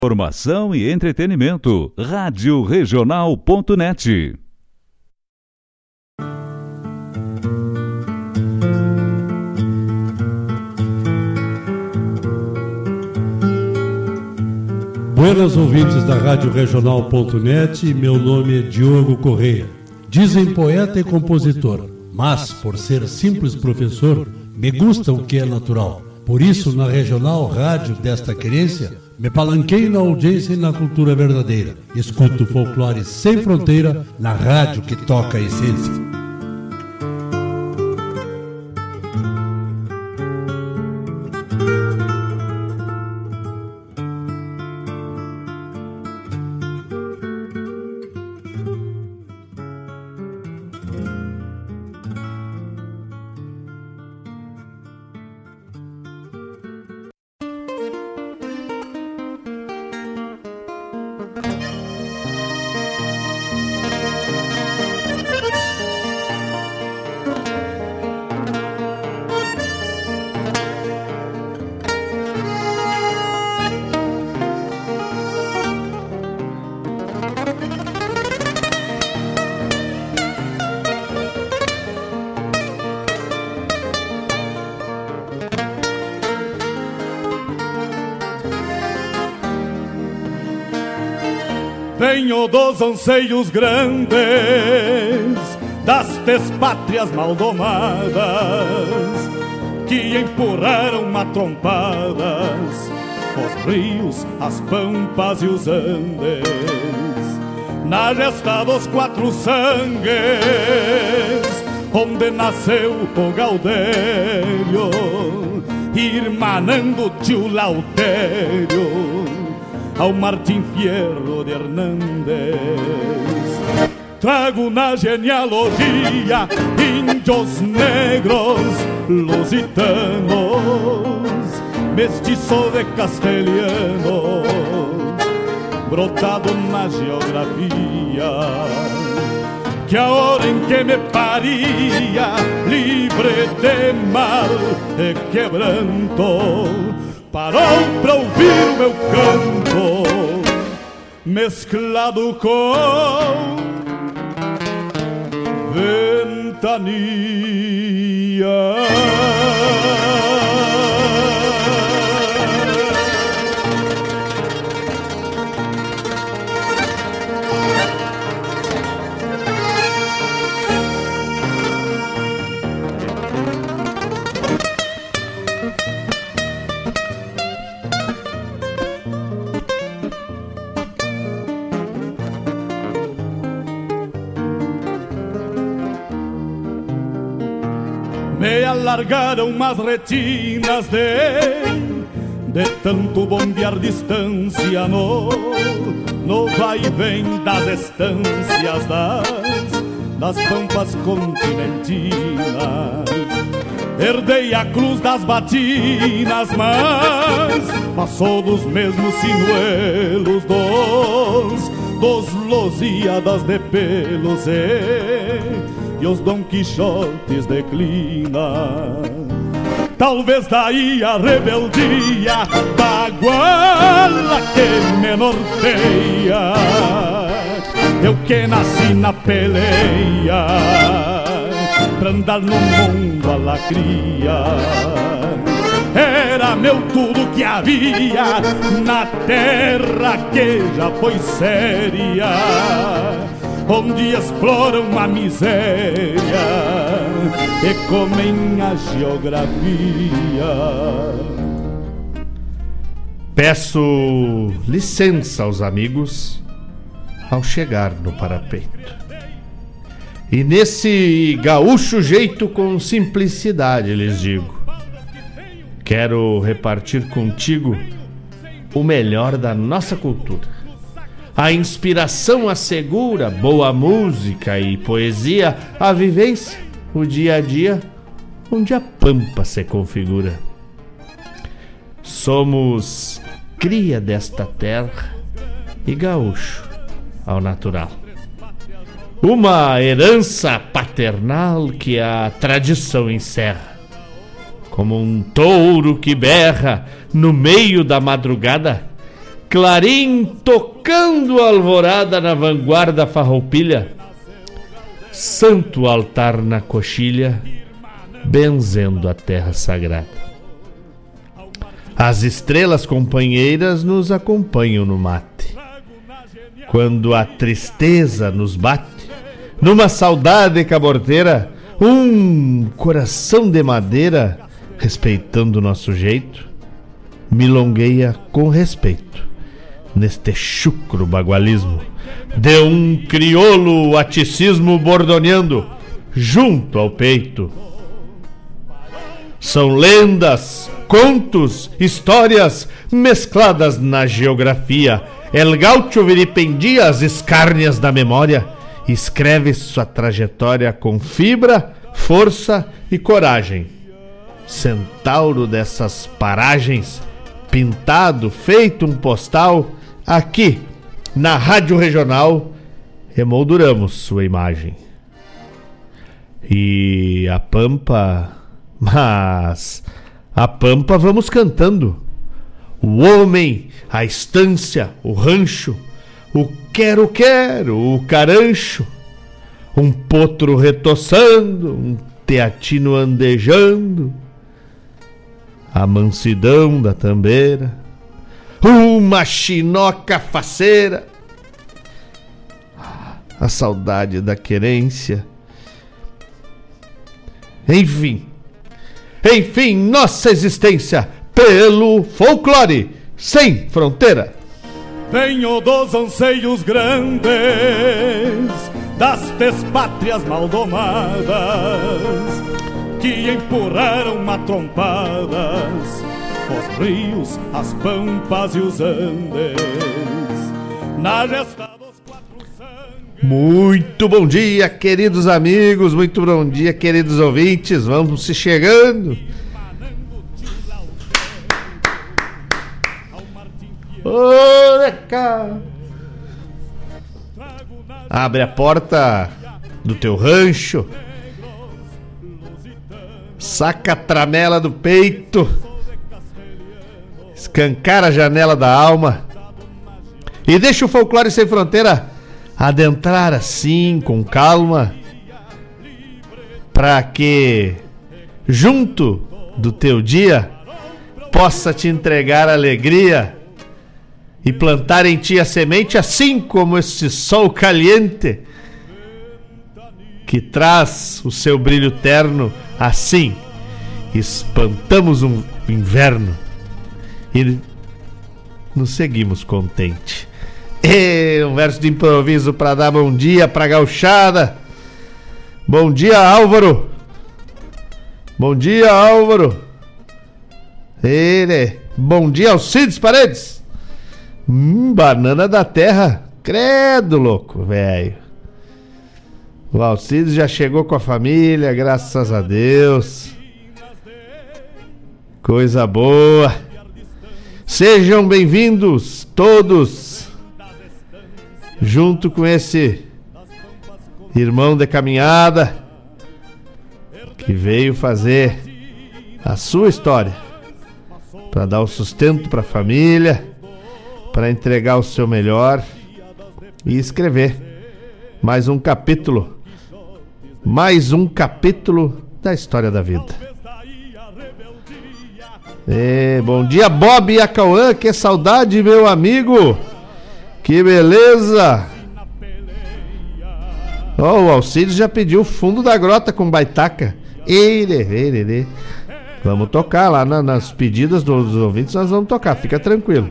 Informação e entretenimento. Rádio Regional.net. Buenas ouvintes da Rádio Regional.net, meu nome é Diogo Correia. Dizem poeta e compositor, mas por ser simples professor, me gusta o que é natural. Por isso, na Regional Rádio desta querência, me palanquei na audiência e na cultura verdadeira. Escuto folclore sem fronteira na rádio que toca a essência. Venho dos anseios grandes das despátrias maldomadas que empurraram matrompadas os rios, as pampas e os andes, na gesta dos quatro sangues, onde nasceu o Gaudério, irmanando o tio Lautério ao Martim Fierro de Hernández. Trago na genealogia índios negros, lusitanos, mestiço de castelhano, brotado na geografia, que a hora em que me paria, livre de mal e quebranto, parou pra ouvir o meu canto, mesclado com ventania. Me alargaram umas retinas de tanto bombear distância no vai e vem das estâncias das pampas continentinas. Herdei a cruz das batinas, mas passou dos mesmos sinuelos dos Lusíadas de pelos e os Dom Quixotes declinam. Talvez daí a rebeldia da guala que me norteia, eu que nasci na peleia pra andar no mundo a lacria. Era meu tudo que havia na terra que já foi séria, onde exploram a miséria e comem a geografia. Peço licença aos amigos ao chegar no parapeito, e nesse gaúcho jeito com simplicidade lhes digo: quero repartir contigo o melhor da nossa cultura. A inspiração assegura boa música e poesia, a vivência, o dia a dia, onde a pampa se configura. Somos cria desta terra e gaúcho ao natural. Uma herança paternal que a tradição encerra. Como um touro que berra no meio da madrugada, clarim tocando a alvorada na vanguarda farroupilha, santo altar na coxilha, benzendo a terra sagrada. As estrelas companheiras nos acompanham no mate. Quando a tristeza nos bate, numa saudade caborteira, um coração de madeira, respeitando o nosso jeito, milongueia com respeito neste chucro bagualismo de um crioulo aticismo bordoneando junto ao peito. São lendas, contos, histórias mescladas na geografia. El Gaucho vilipendia as escárnias da memória, escreve sua trajetória com fibra, força e coragem. Centauro dessas paragens, pintado, feito um postal, aqui na Rádio Regional emolduramos sua imagem. E a Pampa, mas a Pampa vamos cantando. O homem, a estância, o rancho, o quero-quero, o carancho, um potro retoçando, um teatino andejando, a mansidão da tambeira, uma chinoca faceira, a saudade da querência. Enfim, nossa existência pelo folclore sem fronteira. Venho dos anseios grandes das despátrias maldomadas que empurraram matrompadas os rios, as pampas e os andes na gesta dos quatro sangues. Muito bom dia, queridos amigos, muito bom dia, queridos ouvintes. Vamos se chegando. Olha cá. Abre a porta do teu rancho, saca a tramela do peito, escancara a janela da alma e deixa o folclore sem fronteira adentrar assim com calma, para que junto do teu dia possa te entregar alegria e plantar em ti a semente, assim como esse sol caliente que traz o seu brilho terno. Assim espantamos um inverno e nos seguimos contente. E um verso de improviso para dar bom dia pra gauchada. Bom dia, Álvaro. Bom dia, Álvaro. Ele. Bom dia, Alcides Paredes. Banana da terra. Credo, louco, velho. O Alcides já chegou com a família, graças a Deus. Coisa boa. Sejam bem-vindos todos, junto com esse irmão de caminhada que veio fazer a sua história, para dar o sustento para a família, para entregar o seu melhor e escrever mais um capítulo da história da vida. Bom dia, Bob e Acauã, que saudade, meu amigo, que beleza. O Alcides já pediu o fundo da grota com baitaca. Vamos tocar lá nas pedidas dos ouvintes, nós vamos tocar, fica tranquilo.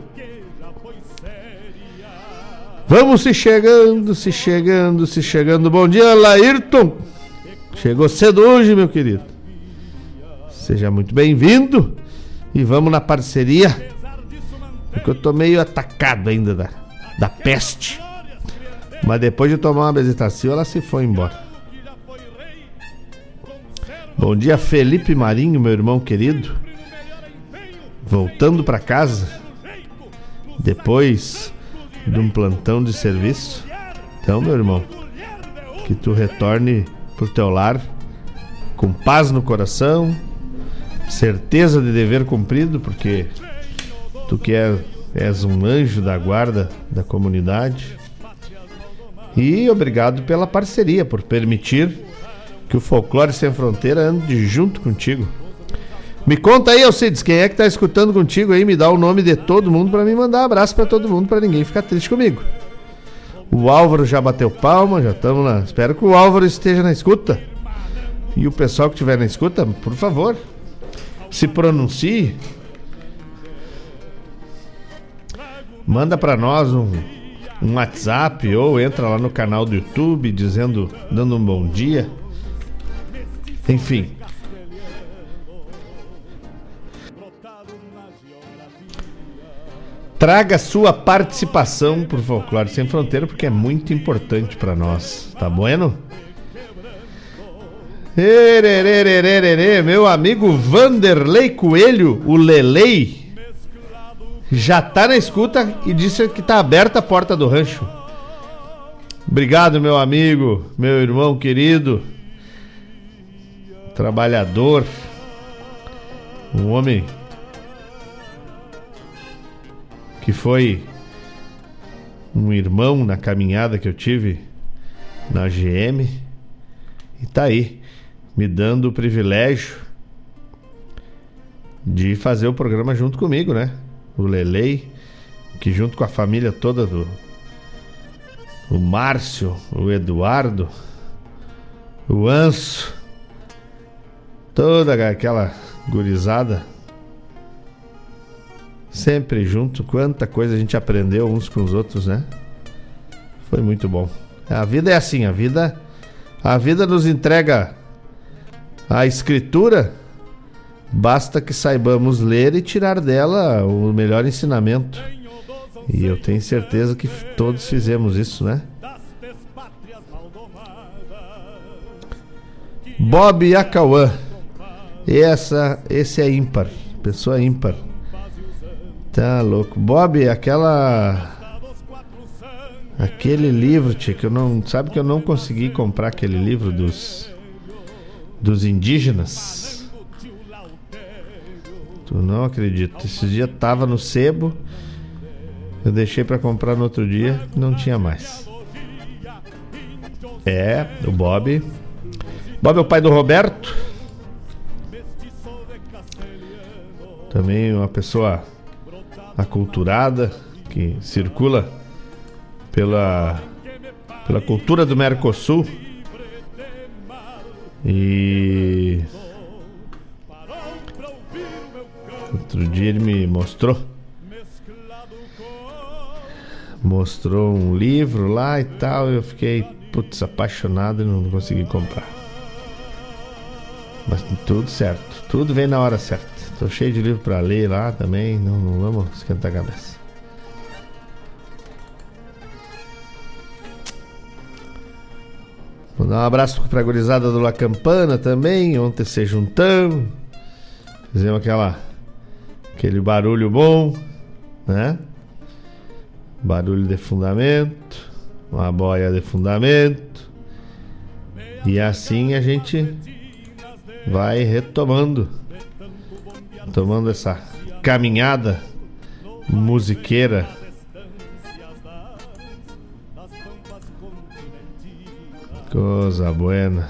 Vamos se chegando. Bom dia, Laírton. Chegou cedo hoje, meu querido. Seja muito bem-vindo. E vamos na parceria, porque eu tô meio atacado ainda da peste. Mas depois de tomar uma bezetacil, ela se foi embora. Bom dia, Felipe Marinho, meu irmão querido. Voltando pra casa depois de um plantão de serviço. Então, meu irmão, que tu retorne pro teu lar com paz no coração, certeza de dever cumprido, porque tu que é És um anjo da guarda da comunidade. E obrigado pela parceria, por permitir que o Folclore Sem Fronteira ande junto contigo. Me conta aí, Alcides, quem é que tá escutando contigo aí? Me dá o nome de todo mundo pra me mandar um abraço pra todo mundo, pra ninguém ficar triste comigo. O Álvaro já bateu palma, já estamos lá. Espero que o Álvaro esteja na escuta. E o pessoal que estiver na escuta, por favor, se pronuncie. Manda pra nós um WhatsApp ou entra lá no canal do YouTube dando um bom dia. Enfim. Traga sua participação pro Folclore Sem Fronteira, porque é muito importante para nós. Tá bueno? Meu amigo Vanderlei Coelho, o Lelei, já tá na escuta e disse que tá aberta a porta do rancho. Obrigado, meu amigo, meu irmão querido, trabalhador, um homem que foi um irmão na caminhada que eu tive na GM, e tá aí, me dando o privilégio de fazer o programa junto comigo, né? O Lelei, que junto com a família toda o Márcio, o Eduardo, o Anso, toda aquela gurizada, sempre junto. Quanta coisa a gente aprendeu uns com os outros, né? Foi muito bom. A vida é assim, a vida nos entrega a escritura, basta que saibamos ler e tirar dela o melhor ensinamento. E eu tenho certeza que todos fizemos isso, né? Bob Acauã, esse é ímpar, pessoa ímpar. Tá louco. Bob, aquele livro, tia, que eu não... Sabe que eu não consegui comprar aquele livro dos indígenas? Tu não acredita. Esse dia tava no sebo, eu deixei pra comprar no outro dia, não tinha mais. O Bob. Bob é o pai do Roberto. Também uma pessoa aculturada, que circula pela cultura do Mercosul. E outro dia ele me mostrou um livro lá e tal, eu fiquei apaixonado e não consegui comprar. Mas tudo certo, tudo vem na hora certa. Tô cheio de livro pra ler lá também, não vamos esquentar a cabeça. Vou dar um abraço pra gurizada do La Campana também. Ontem se juntamos, fizemos aquele barulho bom, né? Barulho de fundamento, uma boia de fundamento. E assim a gente vai retomando essa caminhada musiqueira. Coisa buena.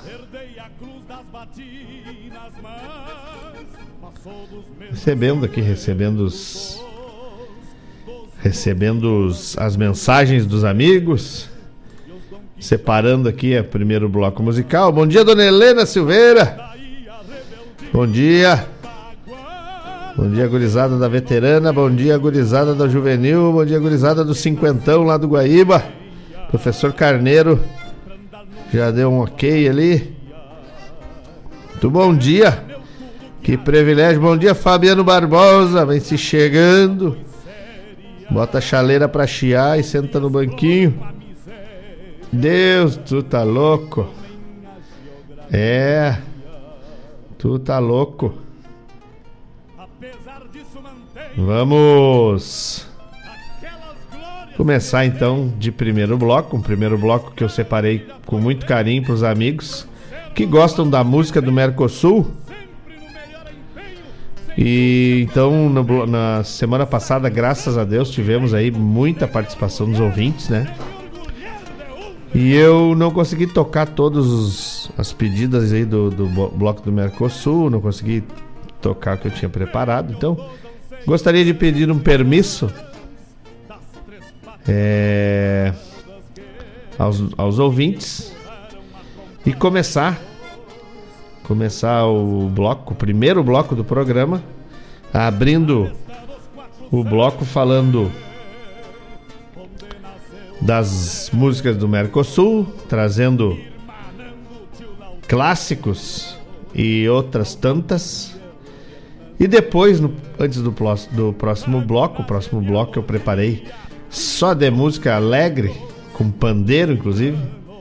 Recebendo as mensagens dos amigos. Separando aqui o primeiro bloco musical. Bom dia, dona Helena Silveira. Bom dia. Bom dia, gurizada da veterana. Bom dia, gurizada da juvenil. Bom dia, gurizada do cinquentão lá do Guaíba. Professor Carneiro já deu um ok ali. Muito bom dia. Que privilégio. Bom dia, Fabiano Barbosa. Vem se chegando. Bota a chaleira pra chiar e senta no banquinho. Deus, tu tá louco. Tu tá louco. Vamos começar então de primeiro bloco. Um primeiro bloco que eu separei com muito carinho para os amigos que gostam da música do Mercosul E então, na semana passada, graças a Deus, tivemos aí muita participação dos ouvintes, né? E eu não consegui tocar todas as pedidas aí do Bloco do Mercosul, não consegui tocar o que eu tinha preparado. Então, gostaria de pedir um permisso aos ouvintes e começar o primeiro bloco do programa, abrindo o bloco falando das músicas do Mercosul, trazendo clássicos e outras tantas. E depois, antes do próximo bloco, que eu preparei só de música alegre, com pandeiro inclusive,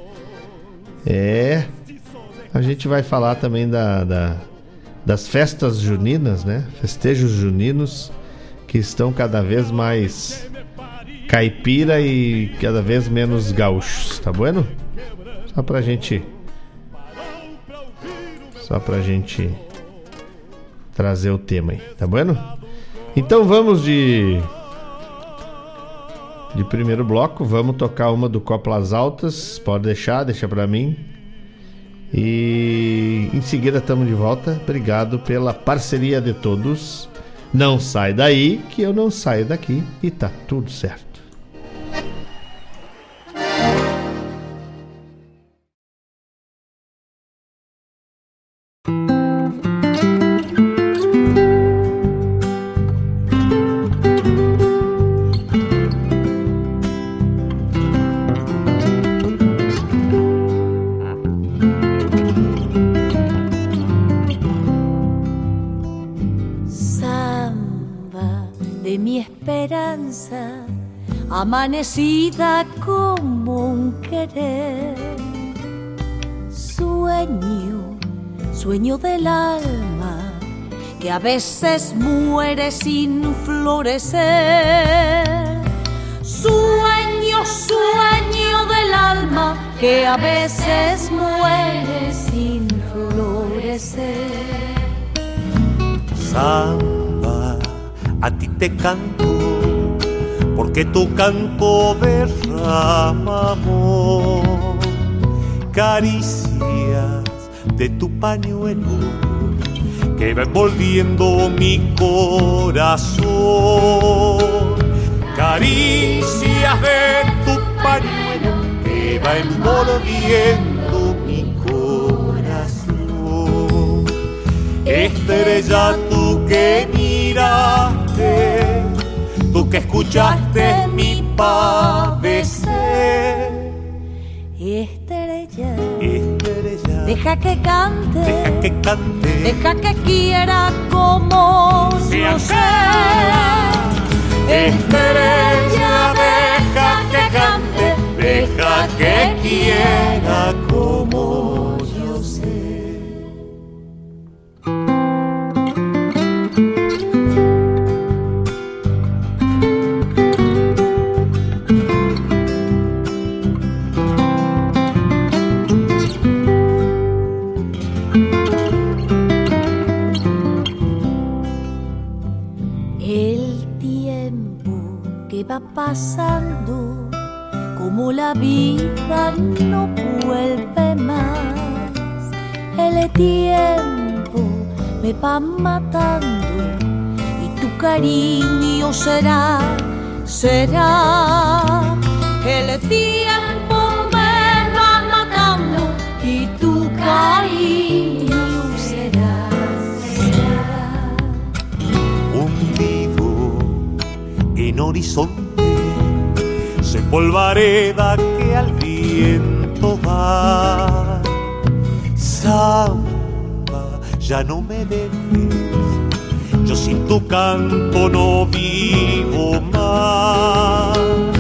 a gente vai falar também das festas juninas, né? Festejos juninos que estão cada vez mais caipira e cada vez menos gaúchos, tá bueno? Só pra gente trazer o tema aí, tá bueno? Então vamos de primeiro bloco, vamos tocar uma do Coplas Altas, pode deixa pra mim. E em seguida estamos de volta. Obrigado pela parceria de todos. Não sai daí que eu não saio daqui e tá tudo certo. Amanecida como un querer, sueño del alma que a veces muere sin florecer. Sueño del alma que a veces muere sin florecer. Samba, a ti te canto porque tu canto derrama amor, caricias de tu pañuelo que va envolviendo mi corazón, caricias de tu pañuelo que va envolviendo mi corazón. Estrella tú que miraste, tú que escuchaste mi padecer. Estrella, deja que cante, deja que quiera como yo sé. Estrella, deja que cante, deja que quiera como yo sé. Va pasando como la vida no vuelve más. El tiempo me va matando y tu cariño será. El tiempo me va matando y tu cariño será. Hundido en horizonte soy polvareda que al viento va. Samba, ya no me dejes, yo sin tu canto no vivo más.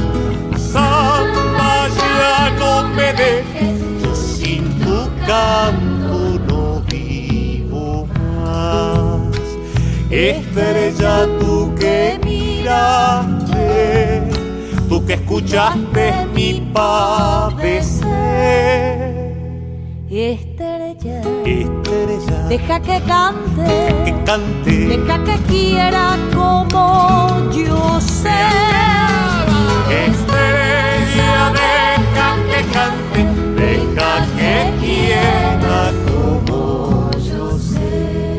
Samba, ya no me dejes, yo sin tu canto no vivo más. Estrella tú que miraste, tú que escuchaste mi padecer. Estrella, estrella, deja que cante, que cante, deja que quiera como yo sé. estrella, deja que cante, deja que quiera como yo sé.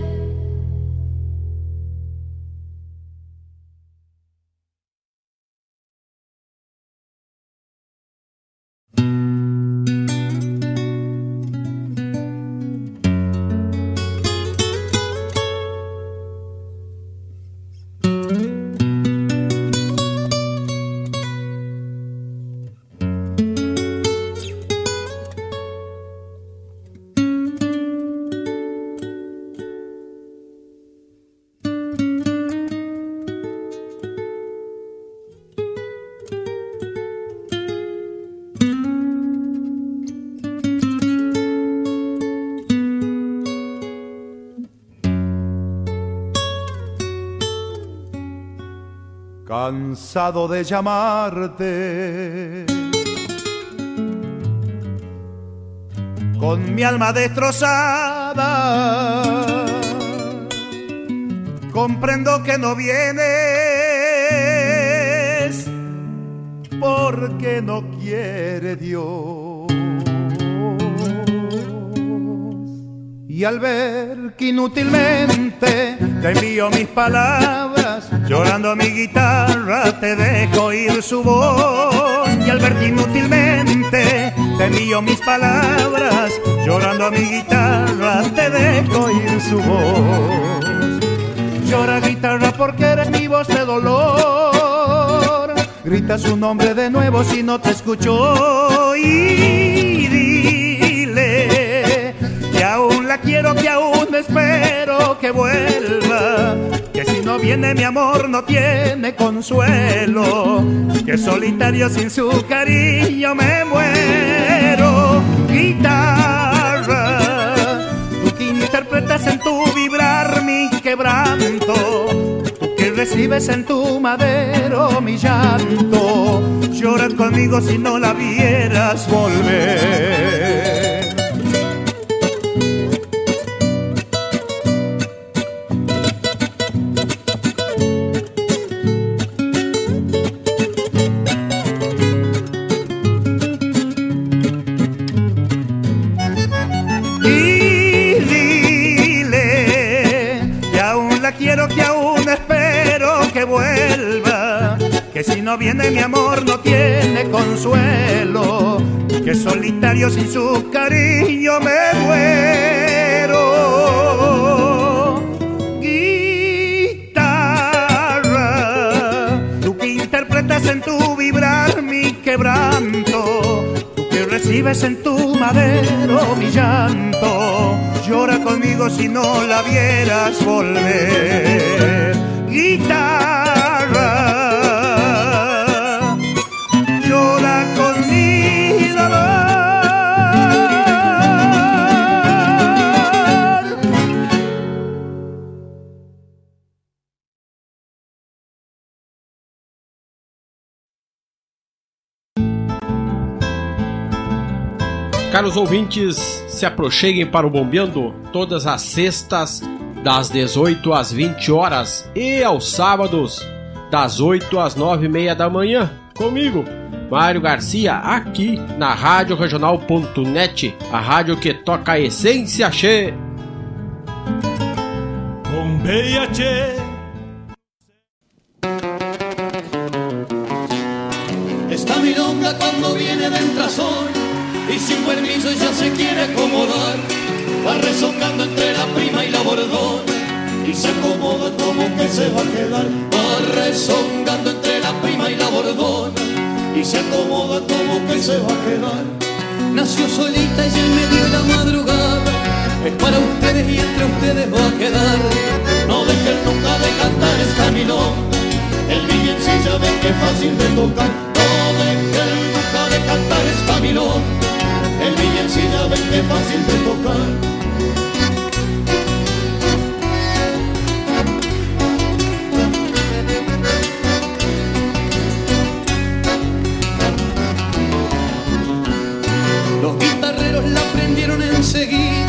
Cansado de llamarte, con mi alma destrozada, comprendo que no vienes porque no quiere Dios. Y al ver que inútilmente te envío mis palabras, llorando mi guitarra te dejo oír su voz. Y al ver que inútilmente te envío mis palabras, llorando mi guitarra te dejo oír su voz. Llora guitarra porque eres mi voz de dolor, grita su nombre de nuevo si no te escucho. Y dile que aún la quiero, que aún espero que vuelva, que si no viene mi amor no tiene consuelo, que solitario sin su cariño me muero. Guitarra, tú que interpretas en tu vibrar mi quebranto, tú que recibes en tu madero mi llanto, llora conmigo si no la vieras volver. Que si no viene mi amor no tiene consuelo, que solitario sin su cariño me muero. Guitarra, tú que interpretas en tu vibrar mi quebranto, tú que recibes en tu madero mi llanto, llora conmigo si no la vieras volver. Guitarra, llora con mi dolor. Caros ouvintes, se aproxeguem para o Bombeando todas as sextas das 18 às 20 horas e aos sábados das 8 às 9h30 da manhã, comigo, Mário Garcia, aqui na Rádio Regional.net, a rádio que toca a essência, che. Bombeia, che. Esta milonga cuando viene de entrazón y sin permiso ya se quiere acomodar, va rezongando entre la prima y la bordona y se acomoda como que se va a quedar. Va rezongando entre la prima y la bordona y se acomoda como que se va a quedar. Nació solita ella en medio de la madrugada, es para ustedes y entre ustedes va a quedar. No dejen nunca de cantar esta milonga, el villancico ven que es fácil de tocar. No dejen nunca de cantar esta milonga, el villancico ven que es fácil de tocar. Los guitarreros la aprendieron enseguida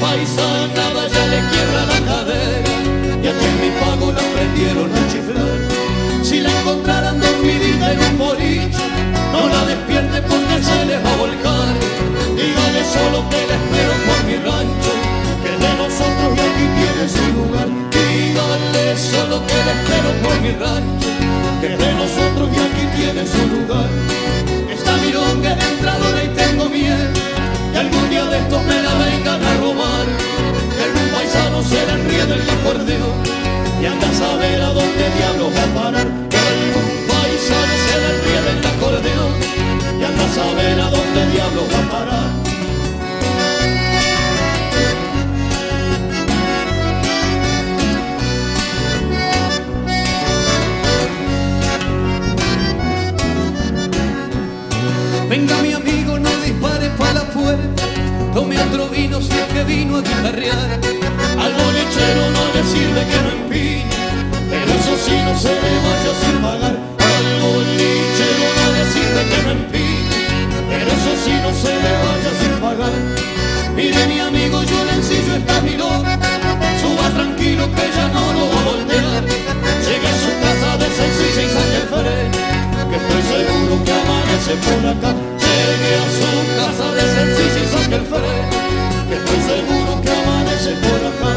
paisanada ya le quiebra la cadera y a quien mi pago la prendieron a chiflar. Si la encontraran dormidita en un boliche, no la despierte porque se les va a volcar. Dígale solo que la espero por mi rancho, que de nosotros y aquí tiene su lugar. Dígale solo que la espero por mi rancho, que de nosotros y aquí tiene su lugar. Esta milonga es de entradora y tengo miedo que algún día de estos me la vengan a robar, que algún paisano se la enriede el acordeón y anda a saber a dónde diablos va a parar. Que algún paisano se la enriede el acordeón y anda a saber a dónde diablos va a parar. Venga mi amigo, no dispare pa' la puerta, tome otro vino si es que vino a guitarrear. Al bolichero no le sirve que no empine, pero eso sí no se le vaya sin pagar. Al bolichero no le sirve que no empine, pero eso sí no se le vaya sin pagar. Mire mi amigo, yo le ensillo esta milonga, suba tranquilo que ya no lo va a voltear. Llegue a su casa de sencilla y saque el freno, que estoy seguro que amanece por acá. Llegue a su casa de sencilla y saque el freno, que estoy seguro que amanece por acá.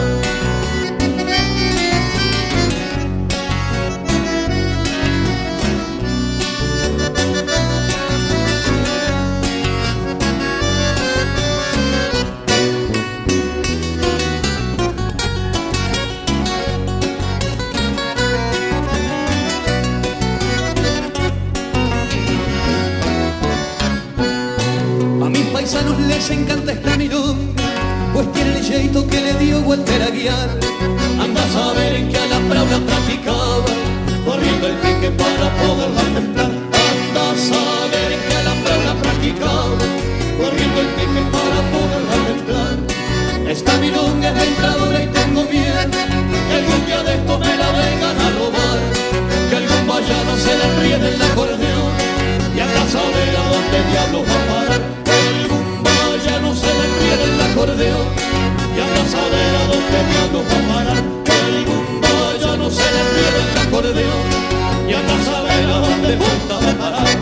Paisanos les encanta esta milonga, pues tiene el jeito que le dio Walter Aguiar. Anda a saber en qué alambra la practicaba, corriendo el pique para poderla templar. Anda a saber en qué alambra la practicaba, corriendo el pique para poderla templar. Esta milonga es de entradora y tengo miedo que algún día de esto me la vengan a robar, que algún vallano se le enriede el acordeón y anda a saber a dónde diablos va a parar. Ya no se le enriede el acordeón y anda a saber a dónde diablos va a parar. Que algún ya no se le enriede el acordeón y anda a saber a dónde punta va a parar.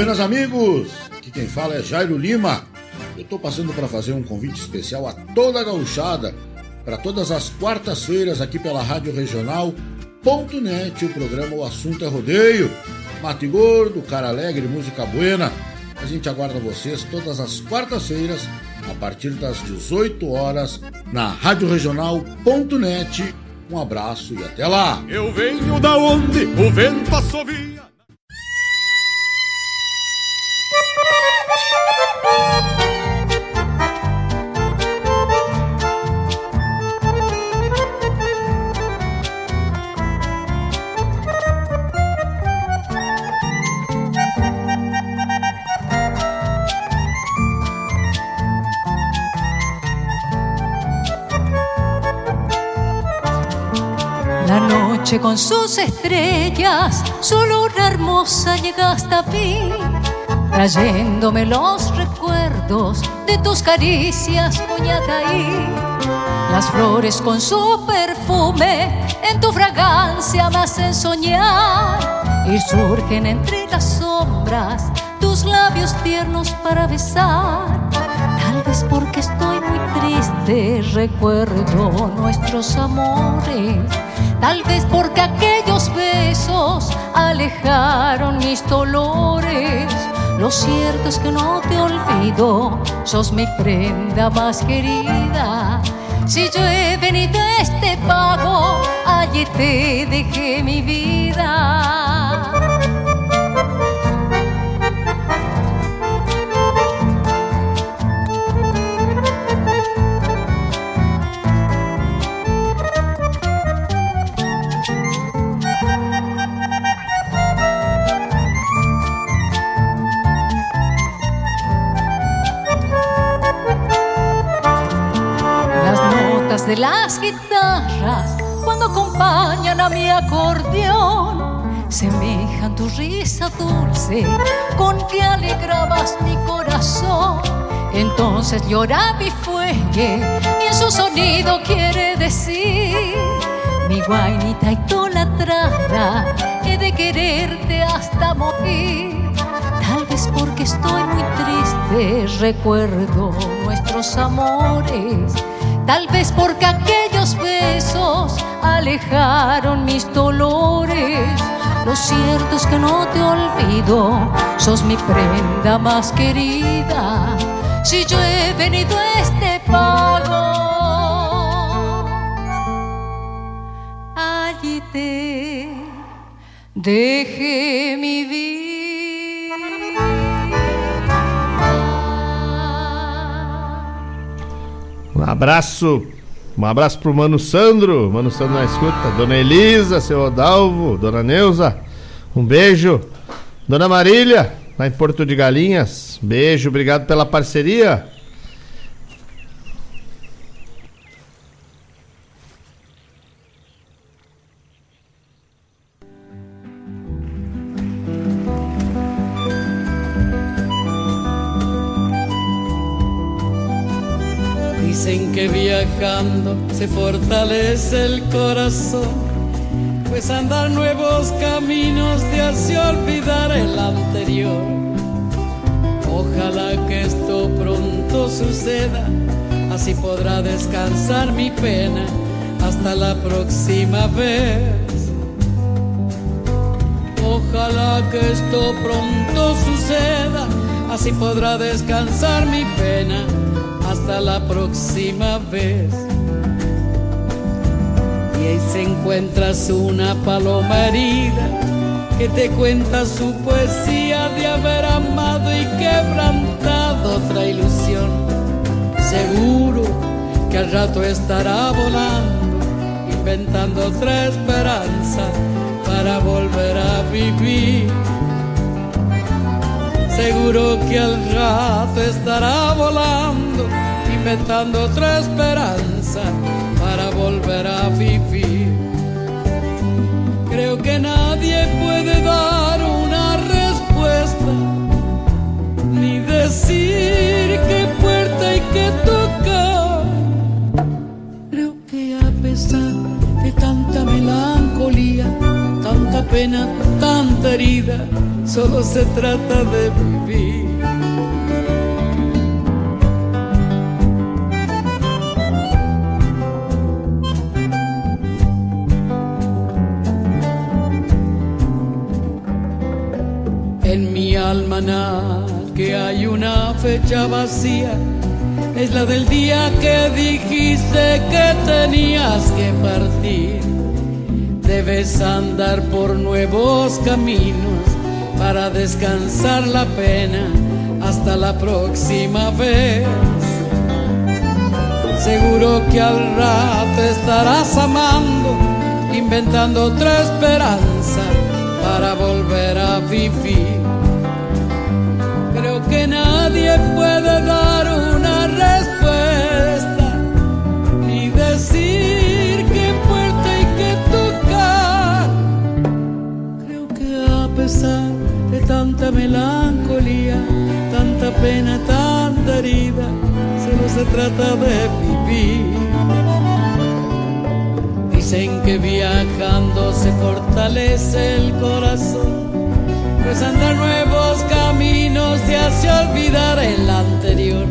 Buenas amigos, aqui quem fala é Jairo Lima. Eu estou passando para fazer um convite especial a toda a gauchada para todas as quartas-feiras aqui pela Rádio Regional.net, o programa O Assunto é Rodeio. Mate Gordo, Cara Alegre, Música Buena. A gente aguarda vocês todas as quartas-feiras a partir das 18 horas na Rádio Regional.net. Um abraço e até lá. Eu venho da onde o vento assovia. La noche con sus estrellas, su luna hermosa llega hasta mí, trayéndome los recuerdos de tus caricias, Coñataí. Las flores con su perfume, en tu fragancia me hacen soñar, y surgen entre las sombras tus labios tiernos para besar. Tal vez porque estoy muy triste, recuerdo nuestros amores. Tal vez porque aquellos besos alejaron mis dolores. Lo cierto es que no te olvido, sos mi prenda más querida. Si yo he venido a este pago, allí te dejé mi vida. De las guitarras cuando acompañan a mi acordeón semejan tu risa dulce con que alegrabas mi corazón. Entonces llora mi fuelle y en su sonido quiere decir: mi guainita idolatrada, he de quererte hasta morir. Tal vez porque estoy muy triste, recuerdo nuestros amores. Tal vez porque aquellos besos alejaron mis dolores. Lo cierto es que no te olvido, sos mi prenda más querida. Si yo he venido a este pago, allí te dejé mi vida. Um abraço pro Mano Sandro na escuta, Dona Elisa, seu Odalvo, Dona Neuza, um beijo, Dona Marília, lá em Porto de Galinhas, beijo, obrigado pela parceria. Dicen que viajando se fortalece el corazón, pues andar nuevos caminos te hace olvidar el anterior. Ojalá que esto pronto suceda, así podrá descansar mi pena hasta la próxima vez. Ojalá que esto pronto suceda, así podrá descansar mi pena hasta la próxima vez. Y ahí se encuentras una paloma herida que te cuenta su poesía de haber amado y quebrantado otra ilusión. Seguro que al rato estará volando, inventando otra esperanza para volver a vivir. Seguro que al rato estará volando, inventando otra esperanza para volver a vivir. Creo que nadie puede dar una respuesta, ni decir qué puerta hay que tocar. Creo que a pesar de tanta melancolía, tanta pena, tanta herida, herida, solo se trata de vivir. En mi almanaque hay una fecha vacía, es la del día que dijiste que tenías que partir. Debes andar por nuevos caminos para descansar la pena hasta la próxima vez. Seguro que al rato estarás amando, inventando otra esperanza para volver a vivir. Creo que nadie puede dar una respuesta, ni decir qué puerta hay que tocar. Creo que a pesar de tanta melancolía, tanta pena, tanta herida, solo se trata de vivir. Dicen que viajando se fortalece el corazón, pues andar nuevos caminos te hace olvidar el anterior.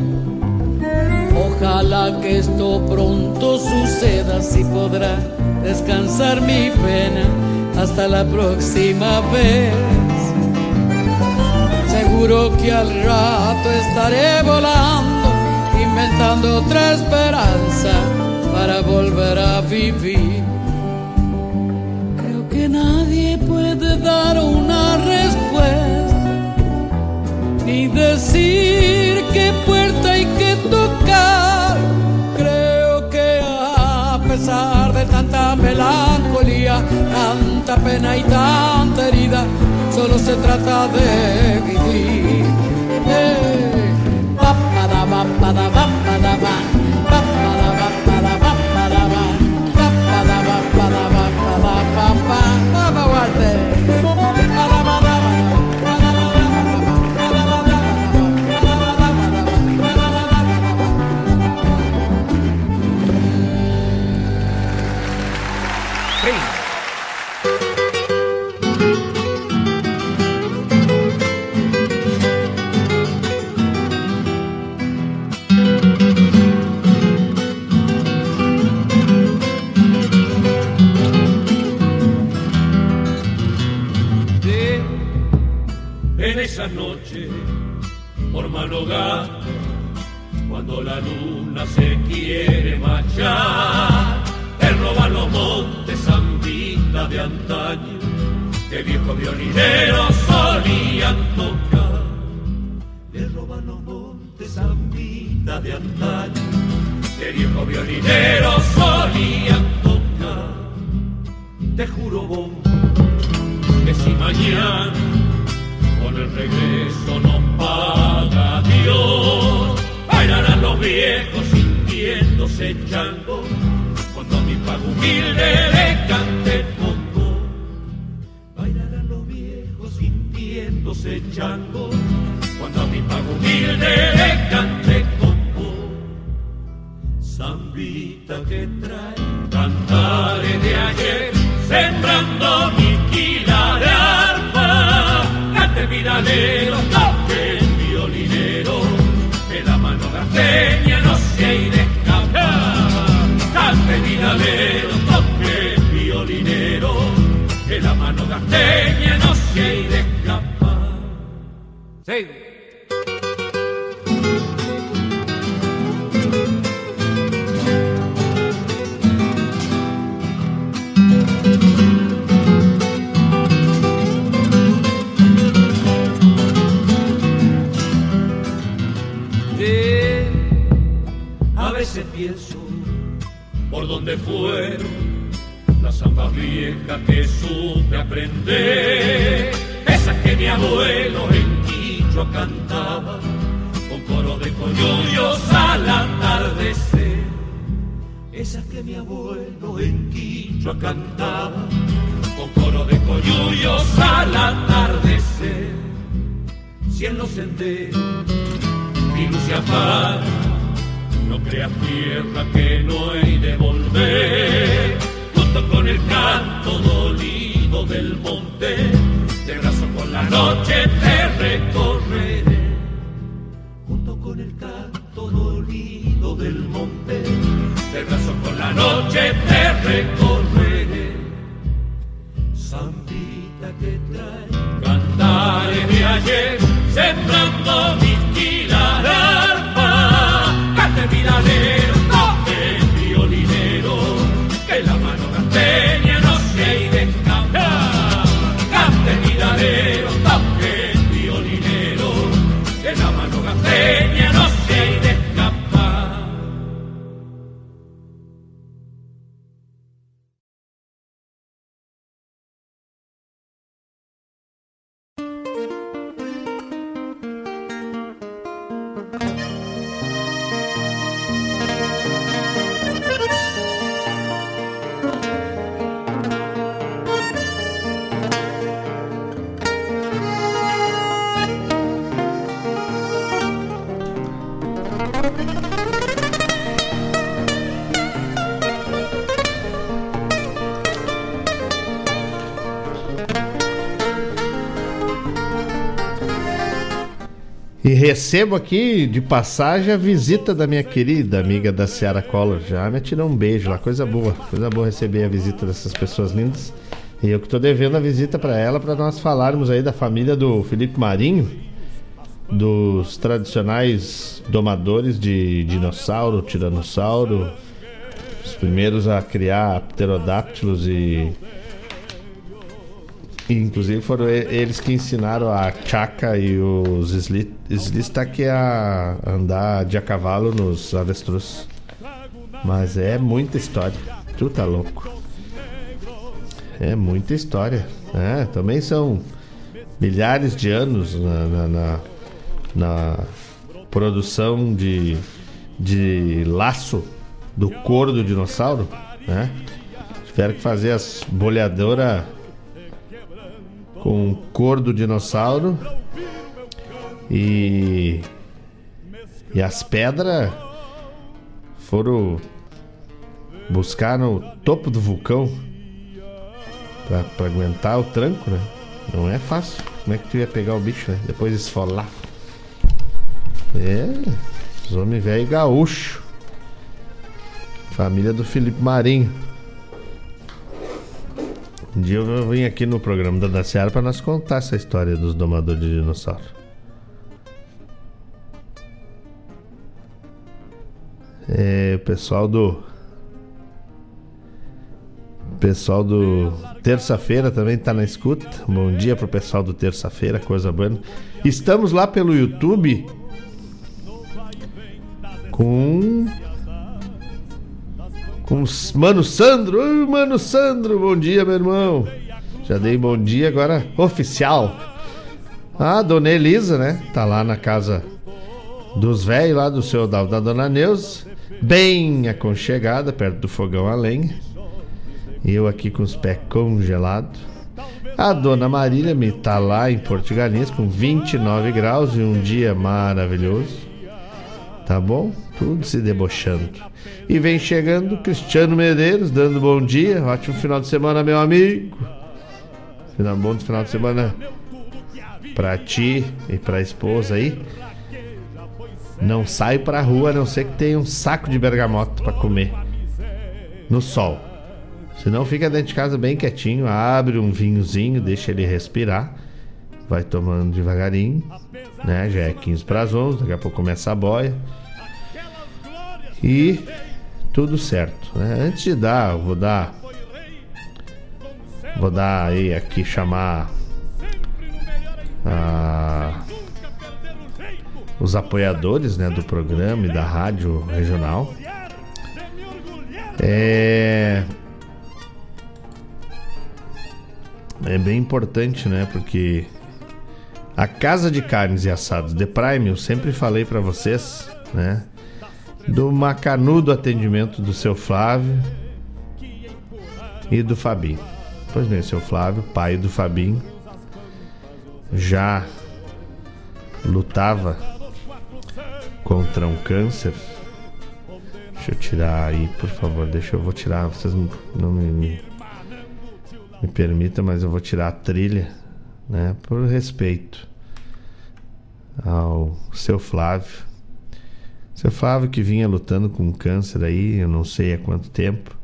Ojalá que esto pronto suceda, así podrá descansar mi pena hasta la próxima vez. Seguro que al rato estaré volando, inventando otra esperanza para volver a vivir. Creo que nadie puede dar una respuesta, ni decir qué puerta hay que tocar. Creo que a pesar de tanta melancolía, tanta pena y tanta herida, solo se trata de vivir. Esa noche, por madrugada, cuando la luna se quiere marchar, te roban los montes zambita de antaño, que viejos violineros solían tocar. Te roban los montes zambita de antaño, que viejos violineros solían tocar. Te juro vos, que si mañana con el regreso nos paga Dios, bailarán los viejos sintiéndose chango, cuando mi pago humilde le cante congo. Bailarán los viejos sintiéndose chango, cuando a mi pago humilde le cante congo. Zambita que trae cantares de ayer, sembrando mi quila de arpa. Cante vinalero, toque el violinero, que la mano gasteña no se ha ido a escapar. Cante vinalero, toque el violinero, que la mano gasteña no se ha ido a escapar. Sí. Pienso por dónde fueron las zambas viejas que supe aprender, esas que mi abuelo en Quichua cantaba, con coro de coyuyos al atardecer. Esas que mi abuelo en Quichua cantaba, con coro de coyuyos al atardecer. Si en los senderos mi luz se apaga, no creas tierra que no he de volver, junto con el canto dolido del monte, de brazo noche te recorreré, junto con el canto dolido del monte, de brazo con la noche te recorreré. Zambita que trae cantares de ayer, sembrando mi quila de arpa, cante vidanero, toque el violinero, que la mano gasteña no se ha ido a escapar. Cante vidanero, toque el violinero, que la mano gasteña no se ha ido a escapar. E recebo aqui de passagem a visita da minha querida amiga da Ciara Collor. Já me tirou um beijo lá, coisa boa receber a visita dessas pessoas lindas. E eu que tô devendo a visita para ela, para nós falarmos aí da família do Felipe Marinho, dos tradicionais domadores de dinossauro, tiranossauro, os primeiros a criar pterodáctilos e inclusive foram eles que ensinaram a Chaka e os Slistak a andar de a cavalo nos avestruz. Mas é muita história, tu tá louco. É muita história, né? Também são milhares de anos na produção de laço do couro do dinossauro, né? Tiveram que fazer as bolhadoras com cor do dinossauro e as pedras foram buscar no topo do vulcão pra aguentar o tranco, né? Não é fácil. Como é que tu ia pegar o bicho, né? Depois esfolar. Os homens velho gaúcho, família do Felipe Marinho. Um dia eu vim aqui no programa da Daciara para nós contar essa história dos domadores de dinossauro. O pessoal do Terça-feira também tá na escuta. Bom dia pro pessoal do Terça-feira, coisa boa. Estamos lá pelo YouTube com Mano Sandro. Oi, Mano Sandro, bom dia, meu irmão. Já dei bom dia, agora oficial. A Dona Elisa, né? Tá lá na casa dos velhos, lá do seu da Dona Neuza, bem aconchegada, perto do fogão a lenha. E eu aqui com os pés congelados. A Dona Marília me tá lá em Porto de Galinhas com 29 graus e um dia maravilhoso. Tá bom? Tudo se debochando. E vem chegando Cristiano Medeiros, dando bom dia. Ótimo final de semana, meu amigo. Bom final de semana pra ti e pra esposa aí. Não sai pra rua, a não ser que tenha um saco de bergamota pra comer no sol. Se não, fica dentro de casa bem quietinho. Abre um vinhozinho, deixa ele respirar. Vai tomando devagarinho, né? Já é 15 para as 11, daqui a pouco começa a boia. E tudo certo, né? Antes de dar, vou dar aí aqui, chamar os apoiadores, né, do programa e da rádio regional. É bem importante, né? Porque a Casa de Carnes e Assados The Prime, eu sempre falei pra vocês, né? Do macanudo atendimento do seu Flávio e do Fabinho. Pois bem, seu Flávio, pai do Fabinho, já lutava contra um câncer. Deixa eu tirar aí, por favor. Eu vou tirar, vocês não me permitam, mas eu vou tirar a trilha né, por respeito ao seu Flávio. Seu Flávio que vinha lutando com câncer aí, eu não sei há quanto tempo,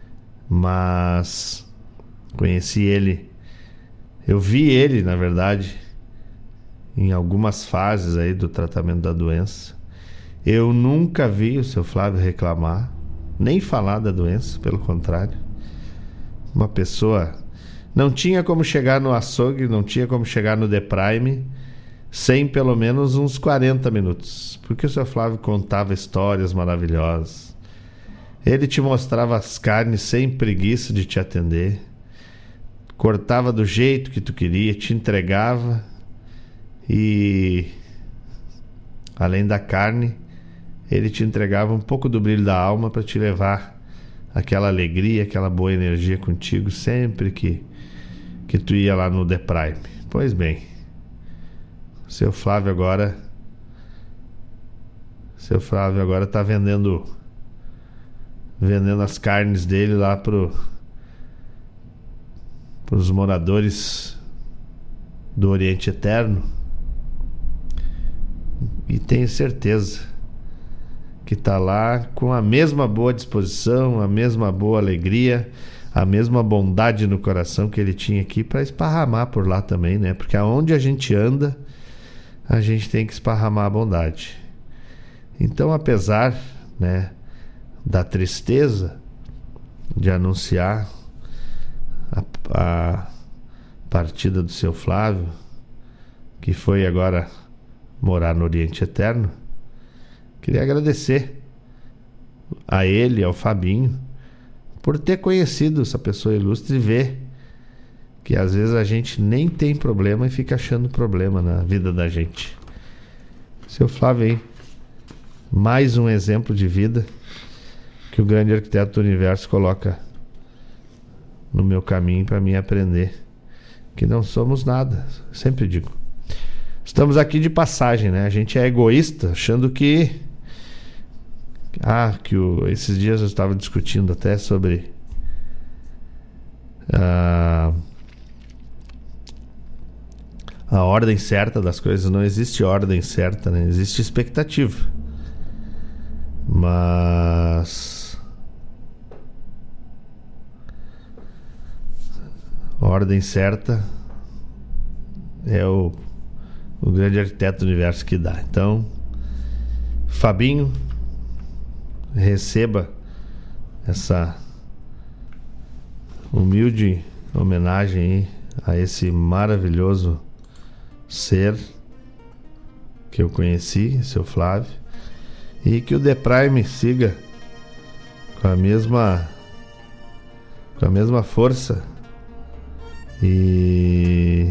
mas conheci ele, eu vi ele, na verdade, em algumas fases aí do tratamento da doença. Eu nunca vi o seu Flávio reclamar, nem falar da doença, pelo contrário. Uma pessoa... Não tinha como chegar no açougue, não tinha como chegar no The Prime sem pelo menos uns 40 minutos. Porque o seu Flávio contava histórias maravilhosas. Ele te mostrava as carnes sem preguiça de te atender. Cortava do jeito que tu queria, te entregava. E além da carne, ele te entregava um pouco do brilho da alma para te levar aquela alegria, aquela boa energia contigo sempre que tu ia lá no The Prime. Pois bem, seu Flávio agora tá vendendo as carnes dele lá pros moradores do Oriente Eterno. E tenho certeza que tá lá com a mesma boa disposição, a mesma boa alegria, a mesma bondade no coração que ele tinha aqui para esparramar por lá também, né? Porque aonde a gente anda, a gente tem que esparramar a bondade. Então, apesar, né, da tristeza de anunciar a partida do seu Flávio, que foi agora morar no Oriente Eterno, queria agradecer a ele, ao Fabinho, por ter conhecido essa pessoa ilustre e ver que às vezes a gente nem tem problema e fica achando problema na vida da gente. Seu Flávio aí, mais um exemplo de vida que o grande arquiteto do universo coloca no meu caminho para mim aprender que não somos nada. Sempre digo, estamos aqui de passagem, né? A gente é egoísta, achando que esses dias eu estava discutindo até sobre a ordem certa das coisas. Não existe ordem certa, né? Existe expectativa. Mas a ordem certa é o grande arquiteto do universo que dá. Então, Fabinho, receba essa humilde homenagem aí a esse maravilhoso ser que eu conheci, seu Flávio, e que o The Prime siga com a mesma força e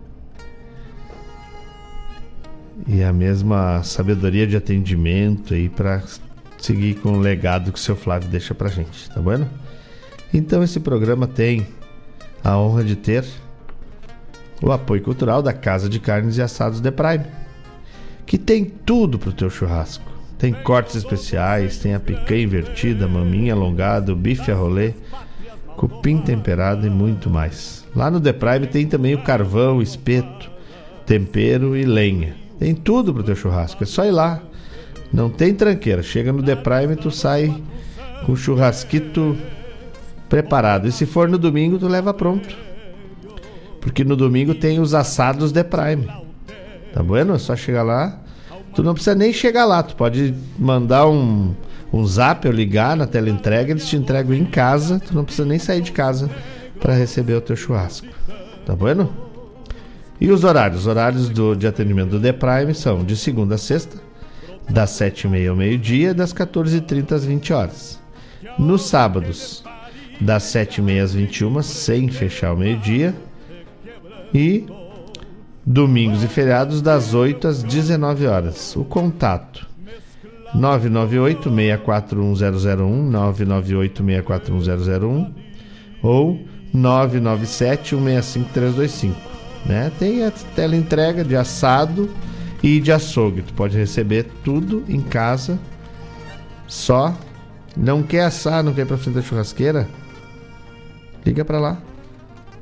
a mesma sabedoria de atendimento aí para seguir com o legado que o seu Flávio deixa pra gente, tá bom? Então esse programa tem a honra de ter o apoio cultural da Casa de Carnes e Assados The Prime, que tem tudo pro teu churrasco. Tem cortes especiais, tem a picanha invertida, maminha alongada, o bife a rolê, cupim temperado e muito mais. Lá no The Prime tem também o carvão, espeto, tempero e lenha. Tem tudo pro teu churrasco, é só ir lá. Não tem tranqueira, chega no The Prime e tu sai com o churrasquito preparado. E se for no domingo, tu leva pronto, porque no domingo tem os assados The Prime, tá bueno? É só chegar lá. Tu não precisa nem chegar lá, tu pode mandar um zap ou ligar na tela entrega, eles te entregam em casa. Tu não precisa nem sair de casa para receber o teu churrasco, tá bueno? E os horários de atendimento do The Prime são de segunda a sexta, das 7h30 ao meio-dia, das 14h30 às 20 horas. Nos sábados, das 7h30 às 21h, sem fechar ao meio-dia. E domingos e feriados, das 8 às 19 horas. O contato 998-641-001, 998-641-001 ou 997-165-325, né? Tem a tela entrega de assado e de açougue. Tu pode receber tudo em casa. Só não quer assar, não quer ir pra frente da churrasqueira? Liga pra lá.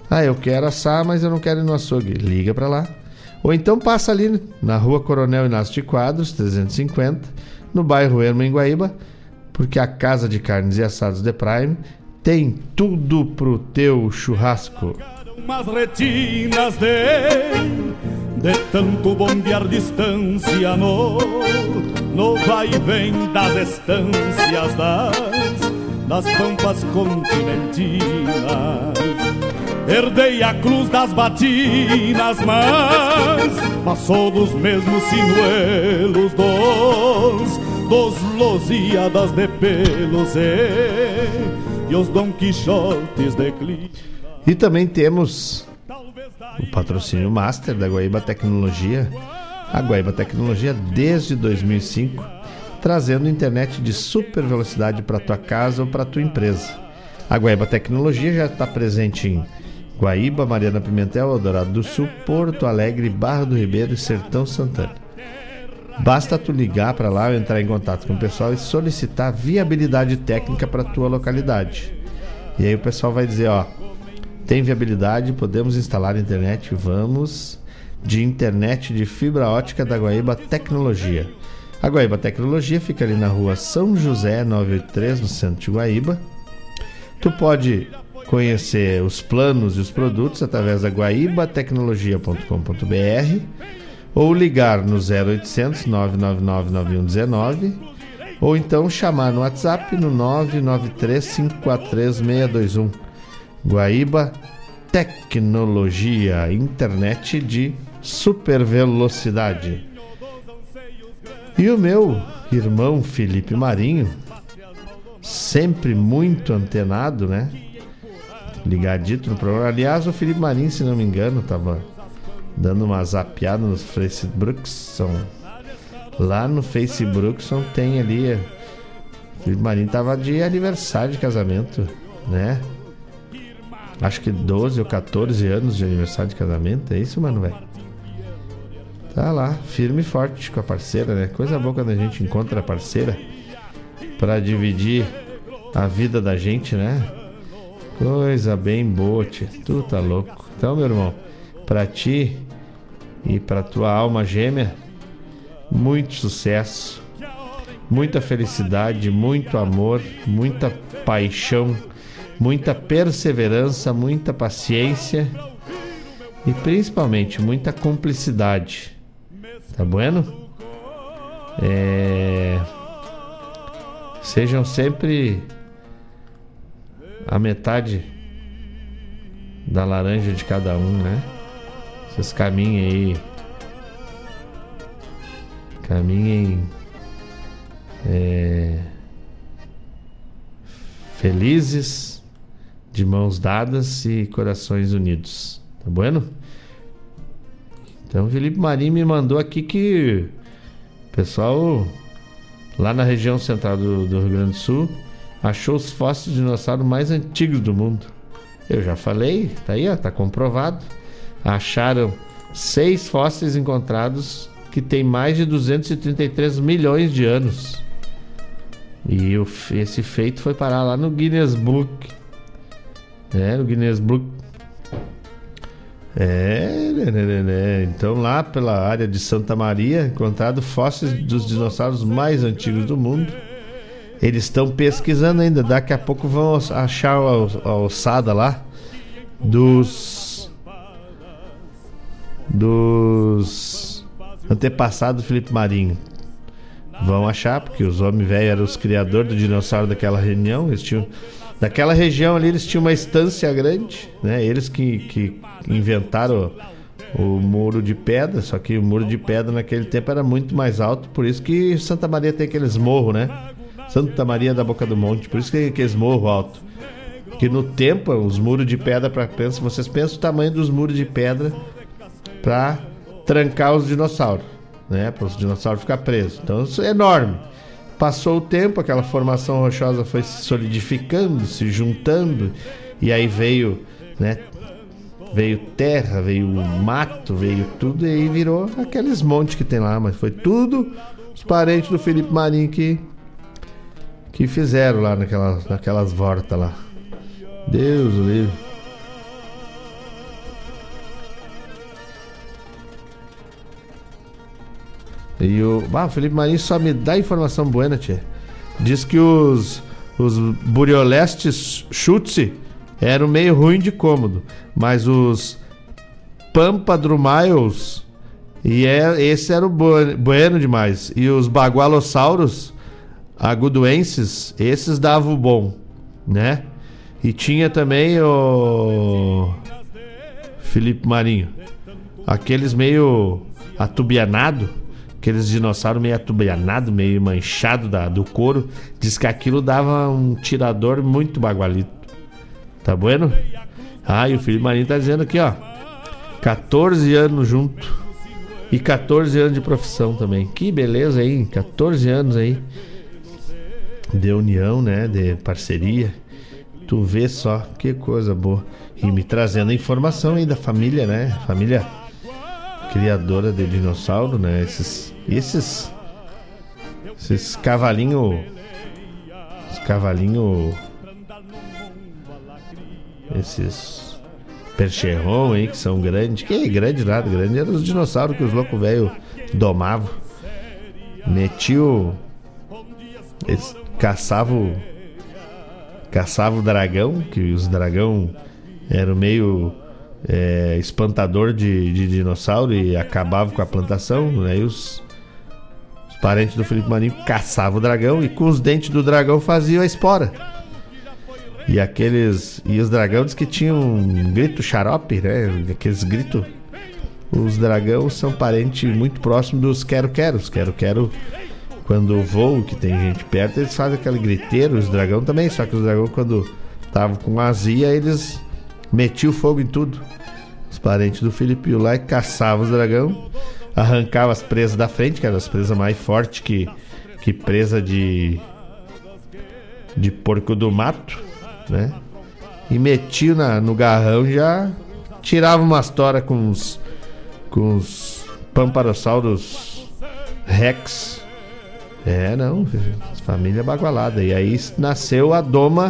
Eu quero assar, mas eu não quero ir no açougue. Liga pra lá. Ou então passa ali na Rua Coronel Inácio de Quadros, 350, no bairro Erma, em Guaíba, porque a Casa de Carnes e Assados The Prime tem tudo pro teu churrasco. Umas retinas de tanto bombear distância no vai e vem das estâncias das pampas continentinas. Herdei a cruz das batinas, mas passou dos mesmos sinuelos dos Lusíadas de pelos e os Dom Quixotes de Clima. E também temos o patrocínio Master da Guaíba Tecnologia. A Guaíba Tecnologia desde 2005, trazendo internet de super velocidade para tua casa ou para tua empresa. A Guaíba Tecnologia já está presente em Guaíba, Mariana Pimentel, Eldorado do Sul, Porto Alegre, Barra do Ribeiro e Sertão Santana. Basta tu ligar para lá ou entrar em contato com o pessoal e solicitar viabilidade técnica para tua localidade. E aí o pessoal vai dizer, tem viabilidade, podemos instalar internet, vamos de internet de fibra ótica da Guaíba Tecnologia. A Guaíba Tecnologia fica ali na rua São José 983, no centro de Guaíba. Tu pode conhecer os planos e os produtos através da guaibatecnologia.com.br ou ligar no 0800 999 9119 ou então chamar no WhatsApp no 993 543 621. Guaíba Tecnologia, internet de super velocidade. E o meu irmão Felipe Marinho, sempre muito antenado, né? Ligadito no programa. Aliás, o Felipe Marinho, se não me engano, tava dando uma zapeada nos Facebookson. Lá no Facebookson tem ali. O Felipe Marinho tava de aniversário de casamento, né? Acho que 12 ou 14 anos de aniversário de casamento. É isso, mano, velho? Tá lá, firme e forte com a parceira, né? Coisa boa quando a gente encontra a parceira pra dividir a vida da gente, né? Coisa bem boa, tio. Tu tá louco. Então, meu irmão, pra ti e pra tua alma gêmea, muito sucesso, muita felicidade, muito amor, muita paixão, muita perseverança, muita paciência e principalmente muita cumplicidade. Tá bueno? Sejam sempre a metade da laranja de cada um, né? Vocês caminhem felizes, de mãos dadas e corações unidos. Tá bueno? Então o Felipe Marinho me mandou aqui que o pessoal lá na região central do Rio Grande do Sul achou os fósseis de dinossauro mais antigos do mundo. Eu já falei, tá aí, tá comprovado. Acharam 6 fósseis encontrados que tem mais de 233 milhões de anos. E esse feito foi parar lá no Guinness Book. No Guinness Book. Então lá pela área de Santa Maria, encontrado fósseis dos dinossauros mais antigos do mundo. Eles estão pesquisando ainda. Daqui a pouco vão achar a ossada lá dos antepassados do Felipe Marinho. Vão achar, porque os homens velhos eram os criadores do dinossauro daquela região. Daquela região ali eles tinham uma estância grande, né? Eles que inventaram o muro de pedra. Só que o muro de pedra naquele tempo era muito mais alto. Por isso que Santa Maria tem aqueles morros, né? Santa Maria da Boca do Monte. Por isso que aqueles morros altos. Que no tempo os muros de pedra, vocês pensam o tamanho dos muros de pedra para trancar os dinossauros, né? Para os dinossauros ficar presos. Então isso é enorme. Passou o tempo, aquela formação rochosa foi se solidificando, se juntando, e aí veio, né? Veio terra, veio mato, veio tudo, e aí virou aqueles montes que tem lá. Mas foi tudo os parentes do Felipe Marinho que fizeram lá naquelas voltas lá. Deus o livre. E o Felipe Marinho só me dá informação buena, tia. Diz que os Buriolestes Schutze eram meio ruim de cômodo, mas os Pampa Drumiles esse era o bueno demais. E os Bagualossauros Aguduenses, esses davam o bom, né? E tinha também o Felipe Marinho, aqueles meio atubianado, aqueles dinossauros meio atubianado, meio manchado do couro. Diz que aquilo dava um tirador muito bagualito. Tá bueno? E o Felipe Marinho tá dizendo aqui, ó, 14 anos junto e 14 anos de profissão também. Que beleza, hein? 14 anos aí de união, né? De parceria. Tu vê só, que coisa boa. E me trazendo a informação aí da família, né? Família criadora de dinossauro, né? Esses cavalinho, esses percherron aí que são grandes. Que é grande nada, grande eram os dinossauros que os loucos velhos domavam. Eles caçavam o dragão, que os dragão eram meio espantador de dinossauro e acabavam com a plantação, né? E os parentes do Felipe Marinho caçavam o dragão e com os dentes do dragão faziam a espora. E os dragões que tinham um grito xarope, né? Aqueles gritos. Os dragões são parentes muito próximos dos quero-quero. Os quero-quero, quando voam, que tem gente perto, eles fazem aquele griteiro. Os dragões também, só que os dragões, quando estavam com azia, eles metiam fogo em tudo. Os parentes do Felipe iam lá e caçavam os dragões, arrancavam as presas da frente, que eram as presas mais fortes que presa de porco do mato, né? E metiam no garrão, já tiravam umas toras com os Pamparossauros Rex. Família bagualada. E aí nasceu a doma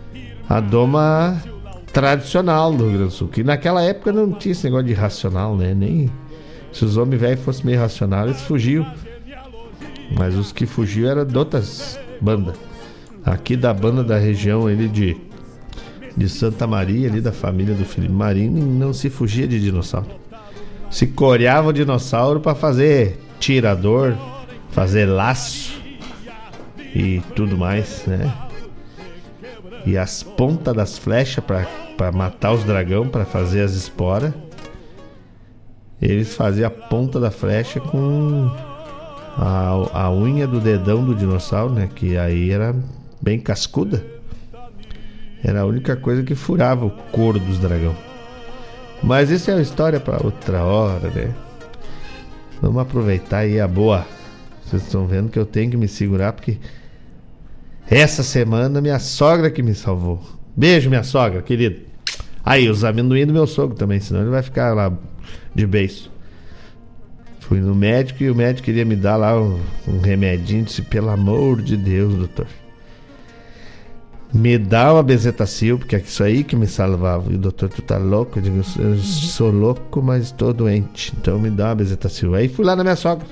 tradicional do Rio Grande do Sul, que naquela época não tinha esse negócio de racional, né? Nem se os homens velhos fossem meio racionais, eles fugiam. Mas os que fugiam eram de outras bandas. Aqui da banda da região ali de Santa Maria, ali da família do Felipe Marinho, não se fugia de dinossauro. Se coreava o dinossauro para fazer tirador, fazer laço e tudo mais, né? E as pontas das flechas para matar os dragão, para fazer as esporas, eles faziam a ponta da flecha com a unha do dedão do dinossauro, né? Que aí era bem cascuda. Era a única coisa que furava o couro dos dragão. Mas isso é uma história para outra hora, né? Vamos aproveitar aí a boa. Vocês estão vendo que eu tenho que me segurar, porque essa semana minha sogra que me salvou. Beijo, minha sogra, querido. Aí, os amendoim do meu sogro também, senão ele vai ficar lá de beiço. Fui no médico e o médico queria me dar lá um remedinho. Disse, pelo amor de Deus, doutor, me dá uma Bezetacil, porque é isso aí que me salvava. E o doutor, tu tá louco? Eu digo, eu sou louco, mas estou doente, então me dá uma Bezetacil. Aí fui lá na minha sogra.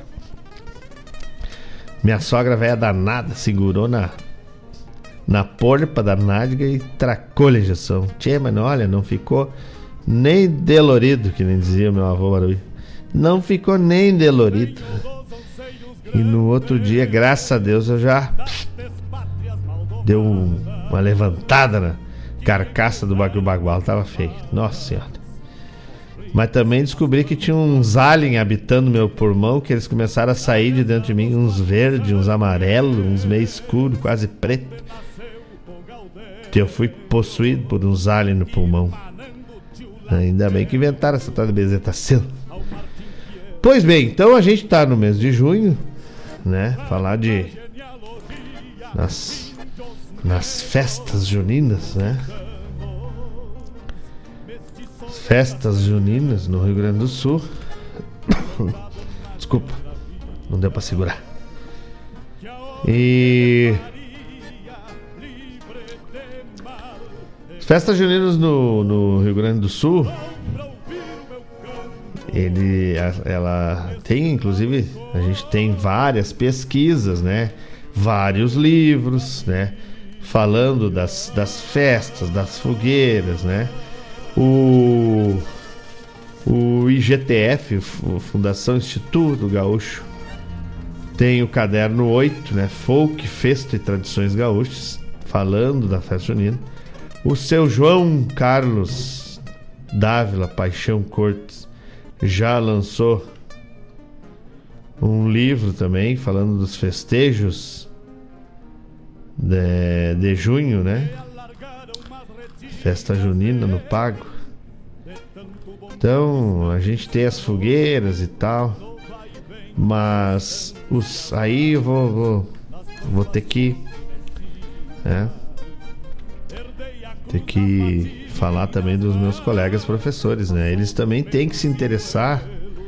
Minha sogra velha danada, segurou na polpa da nádega e tracou-lhe a injeção. Tchê, mas não, olha, não ficou nem dolorido, que nem dizia meu avô Barulho. Não ficou nem dolorido. E no outro dia, graças a Deus, eu já deu uma levantada na carcaça do bagual. Tava feio, nossa senhora. Mas também descobri que tinha uns aliens habitando meu pulmão, que eles começaram a sair de dentro de mim, uns verdes, uns amarelos, uns meio escuros, quase preto. Que eu fui possuído por uns aliens no pulmão. Ainda bem que inventaram essa tal de Bezetacil. Pois bem, então a gente tá no mês de junho, né? Falar de nas festas juninas, né? Festas juninas no Rio Grande do Sul. Desculpa, não deu pra segurar. E festas juninas no Rio Grande do Sul, ela tem, inclusive, a gente tem várias pesquisas, né? Vários livros, né? Falando das festas, das fogueiras, né? O IGTF, Fundação Instituto Gaúcho, tem o caderno 8, né? Folk, Festa e Tradições Gaúchas, falando da festa junina. O seu João Carlos Dávila Paixão Cortes já lançou um livro também falando dos festejos de junho, né? Festa junina no Pago. Então a gente tem as fogueiras e tal, mas aí eu vou ter que, né? Ter que falar também dos meus colegas professores, né? Eles também têm que se interessar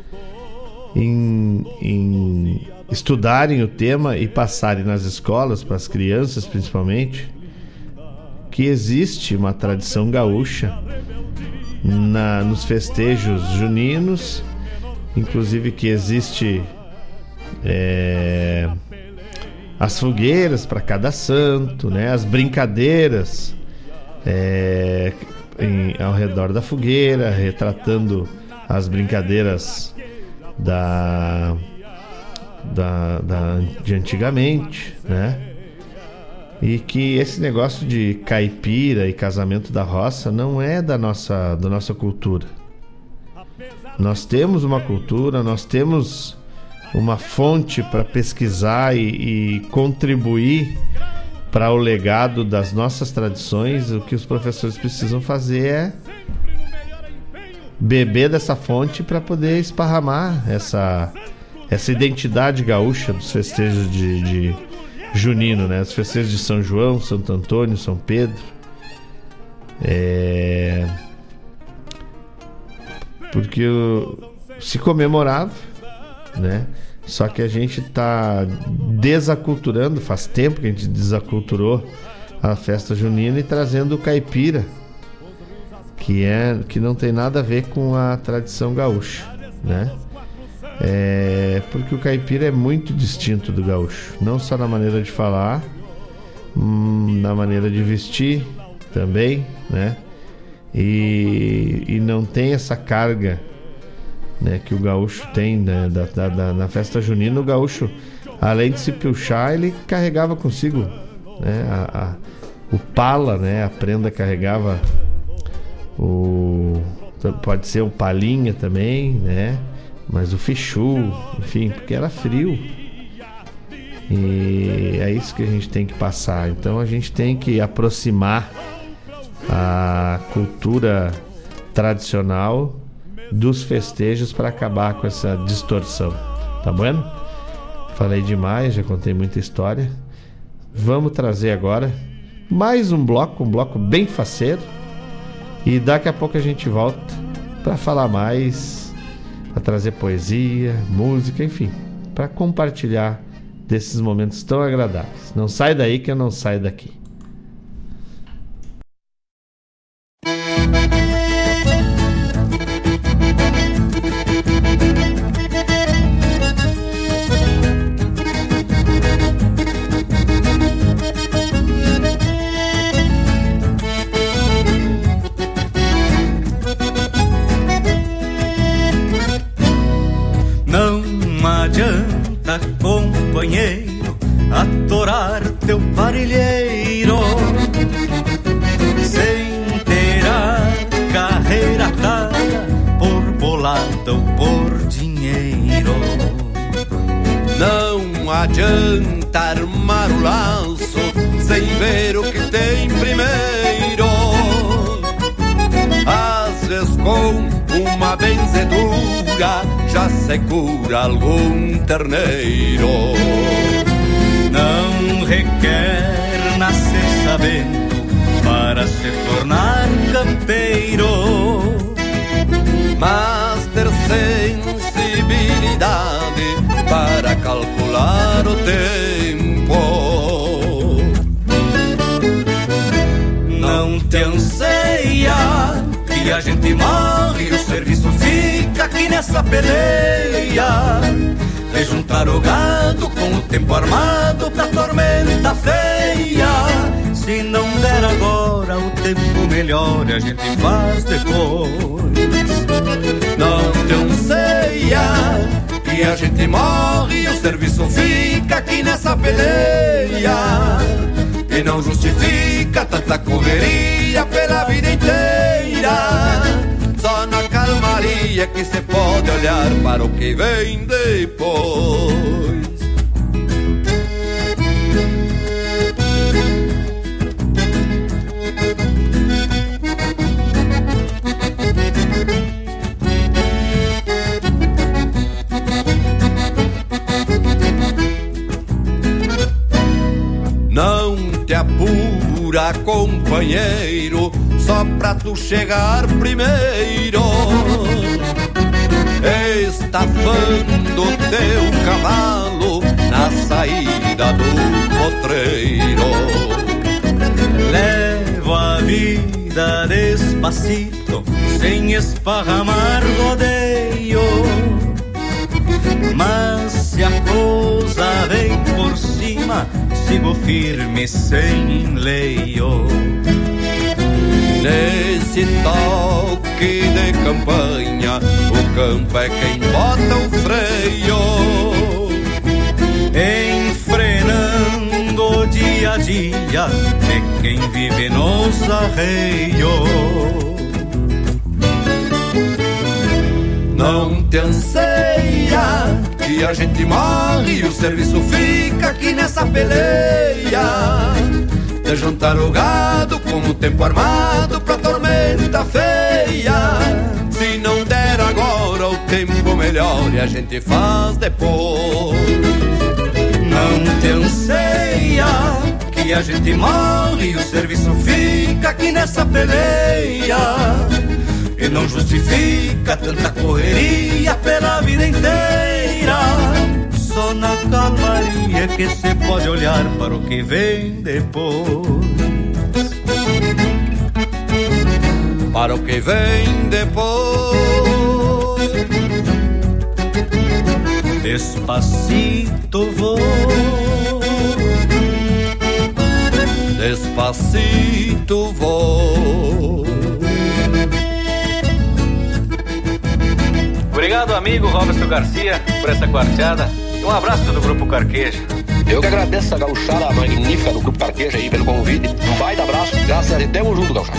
em estudarem o tema e passarem nas escolas, para as crianças principalmente, que existe uma tradição gaúcha nos festejos juninos, inclusive que existe as fogueiras para cada santo, né? As brincadeiras ao redor da fogueira, retratando as brincadeiras de antigamente, né? E que esse negócio de caipira e casamento da roça não é da nossa cultura. Nós temos uma cultura, nós temos uma fonte para pesquisar e contribuir para o legado das nossas tradições. O que os professores precisam fazer é beber dessa fonte para poder esparramar essa identidade gaúcha dos festejos de junino, né? Os festejos de São João, Santo Antônio, São Pedro. Porque se comemorava, né? Só que a gente está desaculturando, faz tempo que a gente desaculturou a festa junina e trazendo o caipira, que não tem nada a ver com a tradição gaúcha, né? Porque o caipira é muito distinto do gaúcho, não só na maneira de falar, na maneira de vestir também, né? E não tem essa carga, né, que o gaúcho tem, né, na festa junina. O gaúcho, além de se pilchar, ele carregava consigo, né, o pala, né, a prenda carregava pode ser o palinha também, né, mas o fichu, enfim, porque era frio. E é isso que a gente tem que passar. Então a gente tem que aproximar a cultura tradicional dos festejos para acabar com essa distorção. Tá bom? Falei demais, já contei muita história. Vamos trazer agora mais um bloco bem faceiro, e daqui a pouco a gente volta para falar mais, para trazer poesia, música, enfim, para compartilhar desses momentos tão agradáveis. Não sai daí que eu não saio daqui. Companheiro, atorar teu parilheiro sem ter a carreira atada por bolada ou por dinheiro. Não adianta armar o laço sem ver o que tem primeiro. Às vezes com uma benzedura já se cura algum terneiro. Não requer nascer sabendo para se tornar campeiro, mas ter sensibilidade para calcular o tempo. Não te anseia que a gente morre, o serviço fica aqui nessa peleia de juntar o gado com o tempo armado pra tormenta feia. Se não der agora, o tempo melhor a gente faz depois. Não te anseia que a gente morre e o serviço fica aqui nessa peleia. E não justifica tanta correria pela vida inteira. Só na calmaria que cê pode olhar para o que vem depois. Não te apura, companheiro, só pra tu chegar primeiro. Estafando teu cavalo na saída do potreiro. Leva a vida despacito, sem esparramar rodeio. Mas se a coisa vem por cima, sigo firme sem enleio. Nesse toque de campanha, o campo é quem bota o freio. Enfrenando o dia a dia, é quem vive nos arreios. Não te anseia que a gente morre e o serviço fica aqui nessa peleia de juntar o gado com o tempo armado pra tormenta feia. Se não der agora, o tempo melhor e a gente faz depois. Não te anseia que a gente morre e o serviço fica aqui nessa peleia. E não justifica tanta correria pela vida inteira. Só na calmaria que cê pode olhar para o que vem depois. Para o que vem depois. Despacito vou, despacito vou. Obrigado, amigo Roberto Garcia, por essa quarteada. E um abraço do Grupo Carqueja. Eu que agradeço a gauchada magnífica do Grupo Carqueja aí pelo convite. Um baita abraço, graças a Deus, tamo junto, gauchada.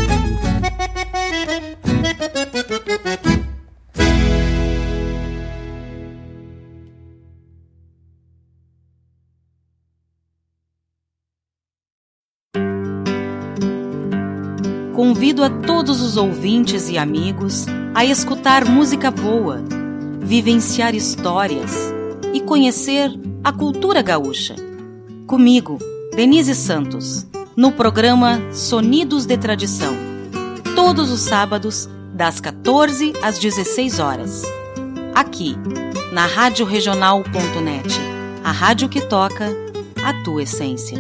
Convido a todos os ouvintes e amigos a escutar música boa, vivenciar histórias e conhecer a cultura gaúcha. Comigo, Denise Santos, no programa Sonidos de Tradição, todos os sábados, das 14 às 16 horas. Aqui, na radioregional.net, a rádio que toca a tua essência.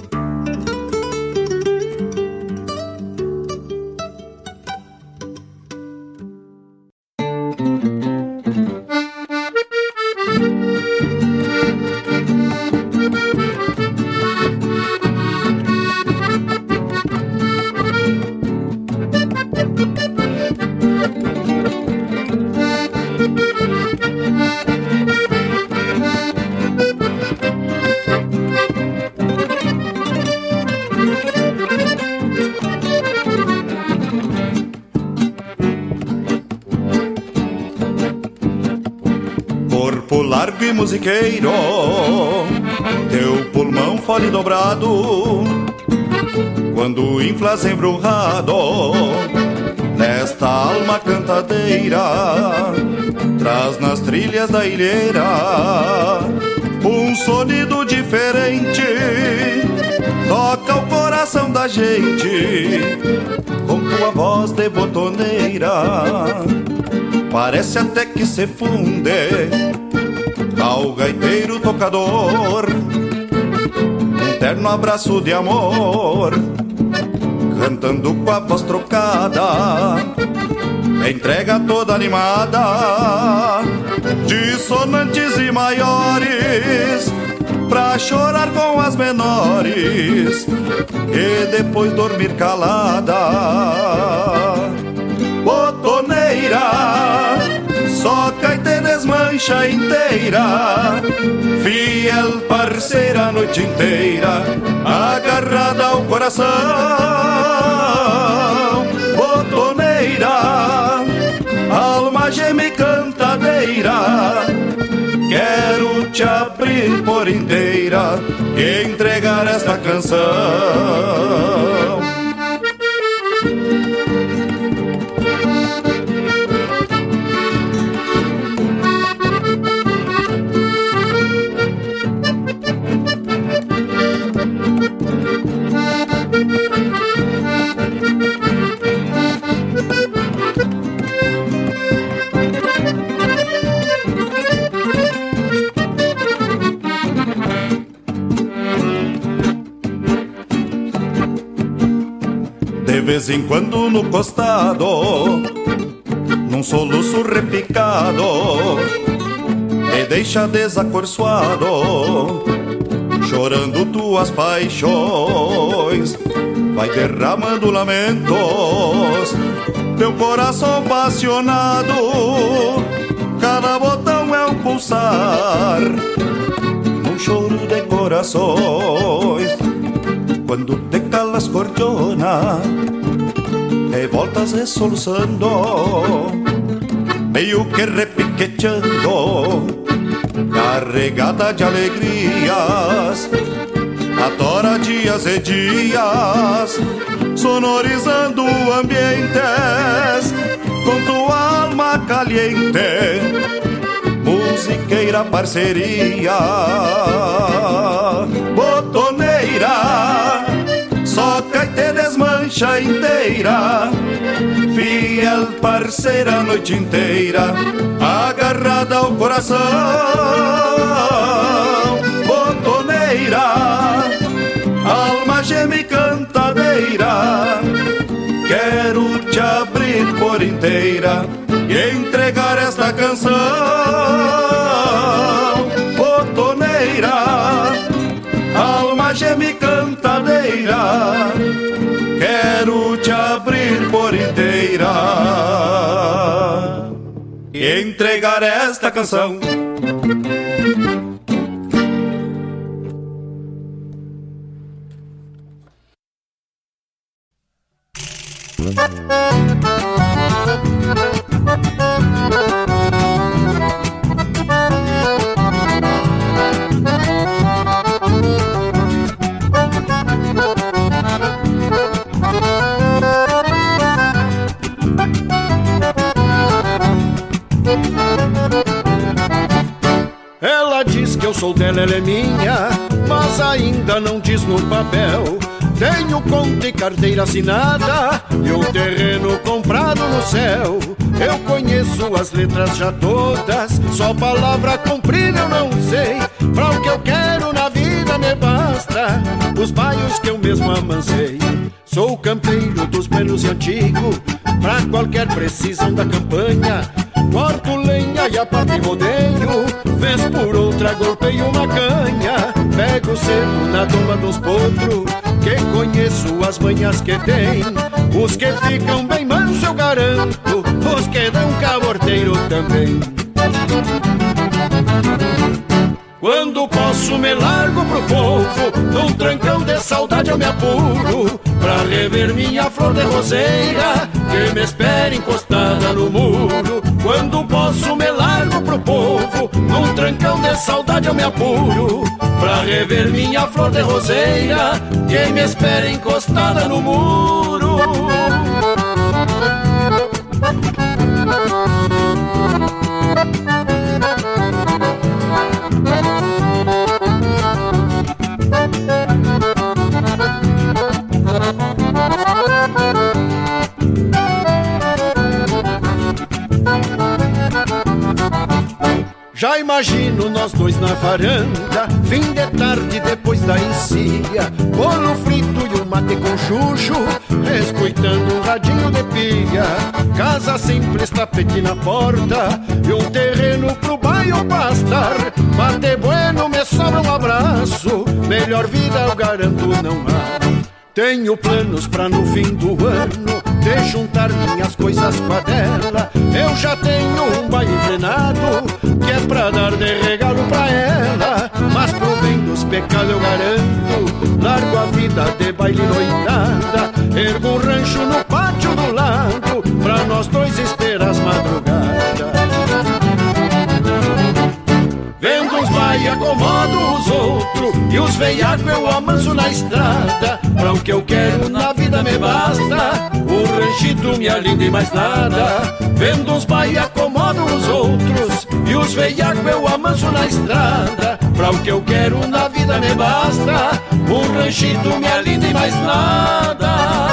Largo e musiqueiro, teu pulmão fole dobrado, quando inflas embrulhado, nesta alma cantadeira, traz nas trilhas da ilheira, um sonido diferente, toca o coração da gente, com tua voz de botoneira, parece até que se funde ao gaiteiro tocador, um terno abraço de amor, cantando com a voz trocada, entrega toda animada, dissonantes e maiores, pra chorar com as menores e depois dormir calada. Botoneira, soca e te desmancha inteira, fiel parceira a noite inteira, agarrada ao coração. Botoneira, alma geme cantadeira, quero te abrir por inteira e entregar esta canção. De vez em quando no costado, num soluço repicado, me deixa desacorçoado, chorando tuas paixões, vai derramando lamentos, teu coração apaixonado, cada botão é um pulsar, num choro de corações. Quando te calas cordiona e voltas resoluçando, meio que repiqueteando, carregada de alegrias, adora dias e dias, sonorizando ambientes com tua alma caliente, musiqueira parceria. Botoneira, soca e te desmancha inteira, fiel parceira a noite inteira, agarrada ao coração. Botoneira, alma geme cantadeira, quero te abrir por inteira e entregar esta canção. Botoneira, alma geme cantadeira, quero te abrir por inteira e entregar esta canção. Ela diz que eu sou dela, ela é minha, mas ainda não diz no papel. Tenho conta e carteira assinada e um terreno comprado no céu. Eu conheço as letras já todas, só palavra comprida eu não sei. Pra o que eu quero na vida me basta os baios que eu mesmo amancei. Sou campeiro dos velhos e antigo, pra qualquer precisão da campanha. Corto lenha e a parte rodeio, vez por outra golpeio uma canha. Pego sebo na tomba dos potros, que conheço as manhas que tem. Os que ficam bem manso eu garanto, os que dão caborteiro também. Quando posso me largo pro povo, num trancão de saudade eu me apuro, pra rever minha flor de roseira, que me espera encostada no muro. Quando posso me largo pro povo, num trancão de saudade eu me apuro, pra rever minha flor de roseira, que me espera encostada no muro. Já imagino nós dois na varanda, fim de tarde depois da encia, bolo frito e um mate com chuchu, escuitando um radinho de pilha. Casa simples, tapete na porta e um terreno pro bairro pastar. Bate bueno, me sobra um abraço, melhor vida eu garanto não há. Tenho planos pra no fim do ano de juntar minhas coisas com a dela. Eu já tenho um baile enfrenado que é pra dar de regalo pra ela. Mas pro bem dos pecados eu garanto, largo a vida de baile noitada, ergo um rancho no pátio do lado pra nós dois esperar as madrugadas. Vendo uns baile acomodo os outros e os veiacos eu amanso na estrada. Pra o que eu quero na vida me basta, o ranchito me alinda e mais nada. Vendo uns baile acomodo os outros e os veiacos eu amanso na estrada. Pra o que eu quero na vida me basta, o ranchito me alinda e mais nada.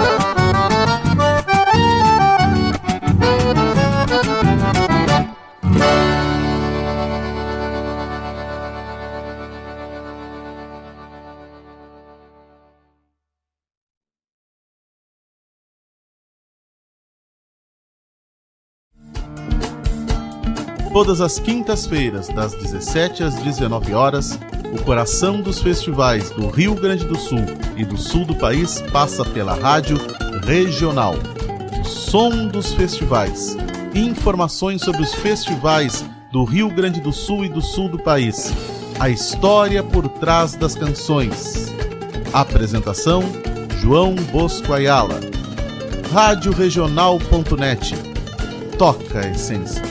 Todas as quintas-feiras, das 17 às 19 horas, o coração dos festivais do Rio Grande do Sul e do sul do país passa pela Rádio Regional. Som dos festivais. Informações sobre os festivais do Rio Grande do Sul e do sul do país. A história por trás das canções. Apresentação: João Bosco Ayala. radioregional.net. Toca a essência.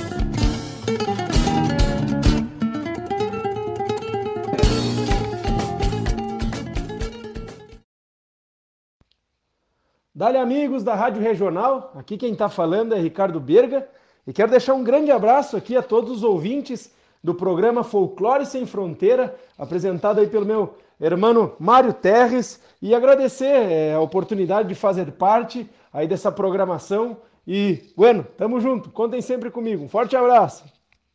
Dale, amigos da Rádio Regional, aqui quem está falando é Ricardo Berga e quero deixar um grande abraço aqui a todos os ouvintes do programa Folclore Sem Fronteira, apresentado aí pelo meu irmão Mário Terres, e agradecer a oportunidade de fazer parte aí dessa programação e, bueno, tamo junto, contem sempre comigo, um forte abraço!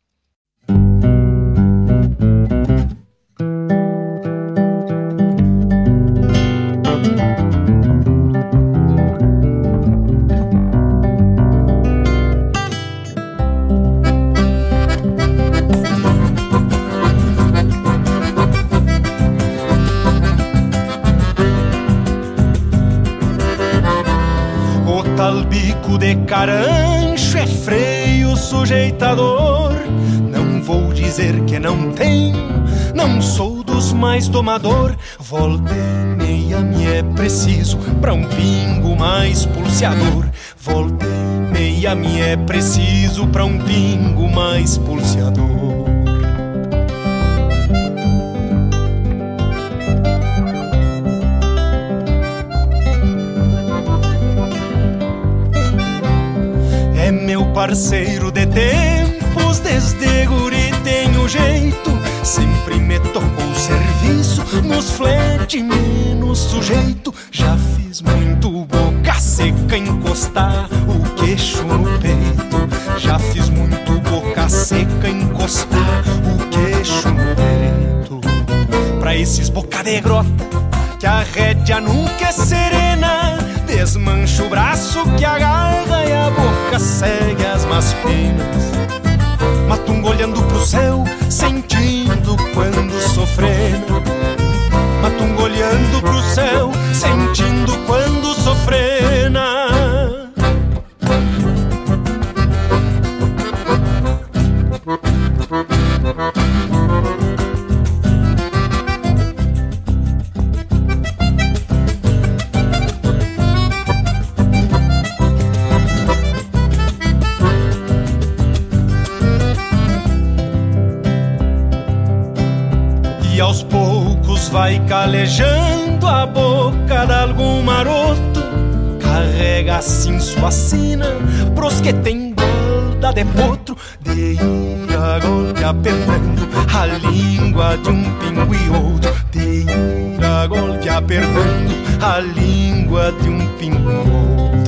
Bico de carancho é freio sujeitador. Não vou dizer que não tenho, não sou dos mais domador. Volta e meia me é preciso pra um pingo mais pulseador. Volta e meia me é preciso pra um pingo mais pulseador. É meu parceiro de tempos, desde guri tenho jeito. Sempre me tocou serviço, nos flete menos sujeito. Já fiz muito boca seca encostar o queixo no peito. Já fiz muito boca seca encostar o queixo no peito. Pra esses boca de grota, que a rédea nunca é serena, desmancha o braço que agarra e a boca segue as más penas. Matungo olhando pro céu, sentindo quando sofrena. Matungo olhando pro céu, sentindo quando sofrena. E aos poucos vai calejando a boca de algum maroto. Carrega assim sua sina pros que tem golda de potro. De ir a golpe apertando a língua de um pingo e outro. De ir a golpe apertando a língua de um pingo e outro.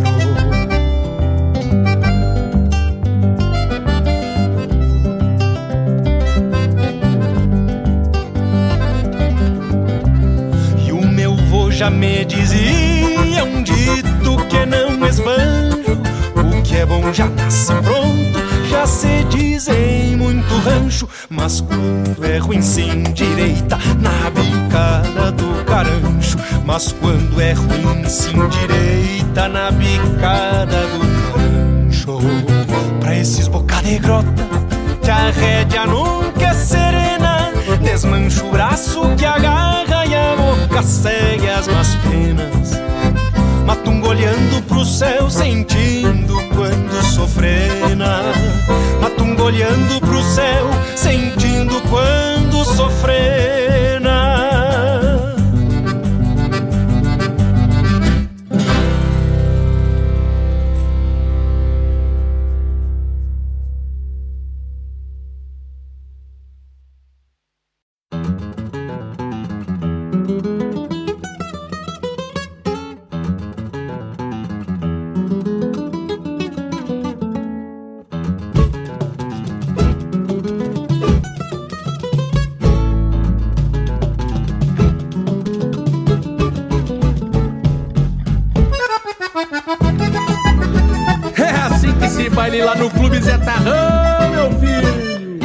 me dizia um dito que não esbanjo, o que é bom já nasce pronto, já se diz em muito rancho. Mas quando é ruim se endireita na bicada do carancho. Mas quando é ruim se endireita na bicada do carancho. Pra esses boca de grota que a rédea nunca é serena, desmancha o braço que agarra e a boca segue as más penas. Matungolhando pro céu, sentindo quando sofrena. Matungolhando pro céu, sentindo quando sofrena. Baile lá no Clube Zé Tarrão, meu filho.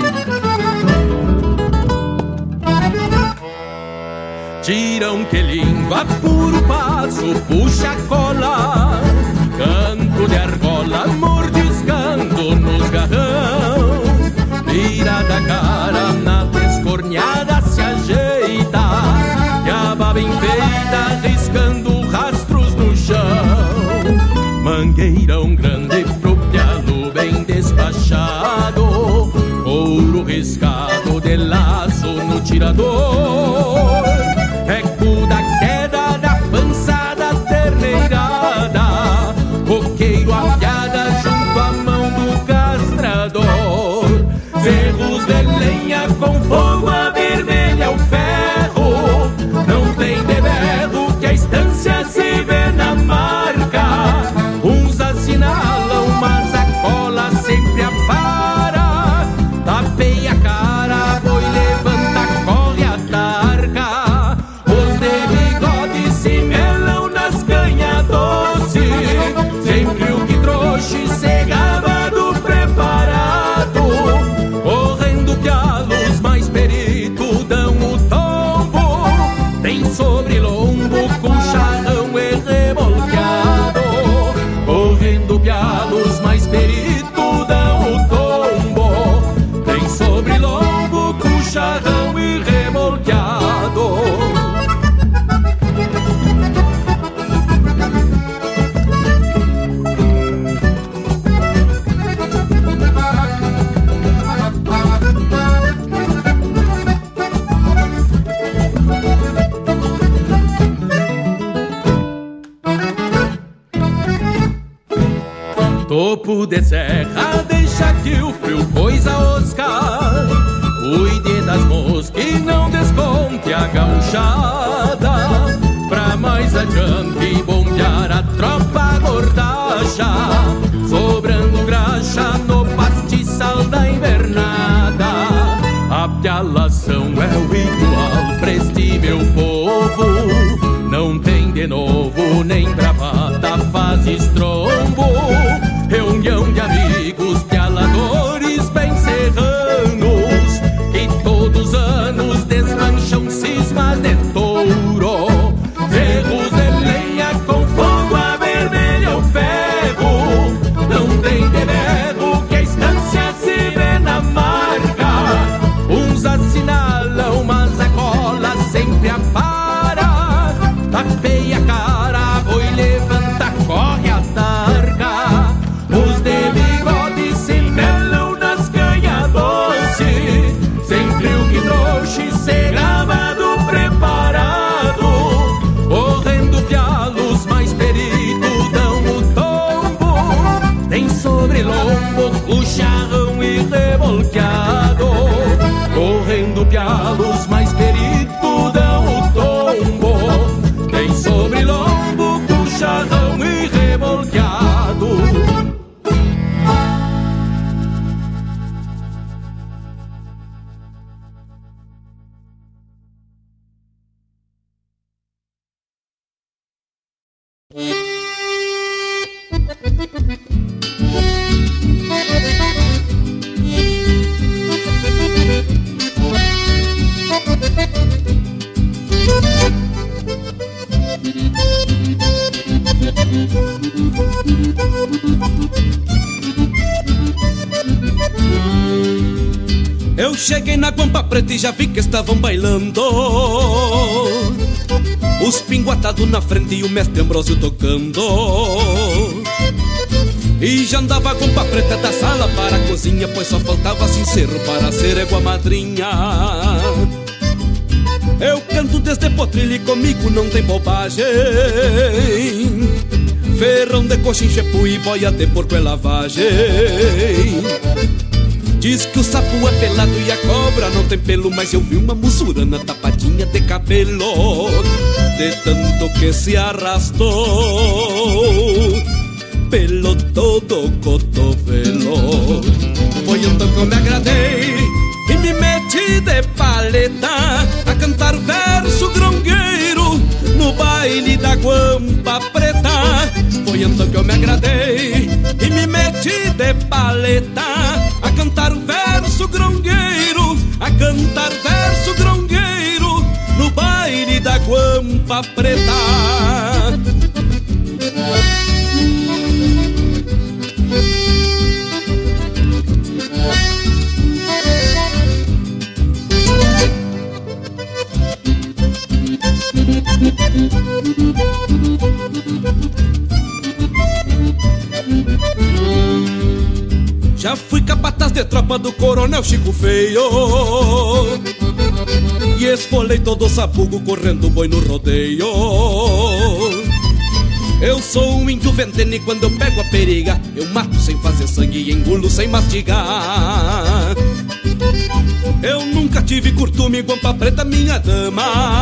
Tiram que língua, puro passo, puxa cola, canto de argola, mordiscando nos garrão. Vira da cara, na descorneada se ajeita, e a baba enfeita, riscando rastros no chão. Mangueirão grande pro pialo bem despachado, ouro riscado de laço no tirador. Eco da queda da pançada terneirada, coqueiro afiada junto à mão do castrador. Cerros de lenha com fogo avermelha o ferro, não tem de berro que a estância se vê na marca. Uns assinalam, mas a cola sempre apara. Tapei a cara, boi levanta, corre a tarca. Os de bigode se melam nas canhas doce, sempre o que trouxe cegava do preparado. Correndo pialos, mais perito dão o tombo. Tem sobre lombo com charrão e rebolcado. Correndo pialos, mais perito dão o tombo. Tem sobre lombo com charrão e remolqueado. Topo de serra, deixa que o frio coisa oscar. Cuide das moscas e não desconte a gauchada. Pra mais adiante bombear a tropa gordacha, sobrando graxa no pastiçal da invernada. A pialação é o igual, preste meu povo. Não tem de novo, nem bravata faz estrombo. Reunião de amigos, pialadores bem serranos, que todos os anos desmancham cismas de touro. Ferros de lenha com fogo aberto Eu cheguei na Guampa Preta e já vi que estavam bailando, os pingos atados na frente e o mestre Ambrósio tocando. E já andava a Guampa Preta da sala para a cozinha, pois só faltava sincero para ser égua madrinha. Eu canto desde potrilho e comigo não tem bobagem, ferrão de coxim, chepu e boia de porco é lavagem. Diz que o sapo é pelado e a cobra não tem pelo, mas eu vi uma mussurana tapadinha de cabelo, de tanto que se arrastou pelo todo o cotovelo. Foi então que eu me agradei e me meti de paleta a cantar verso grongueiro no baile da Guampa Preta. Foi então que eu me agradei e me meti de paleta a cantar verso grongueiro, a cantar verso grongueiro no baile da Guampa Preta. Já fui capataz de tropa do Coronel Chico Feio e esfolei todo o sabugo correndo boi no rodeio. Eu sou um índio venteno e quando eu pego a periga eu mato sem fazer sangue e engulo sem mastigar. Eu nunca tive curtume, Guampa Preta, minha dama,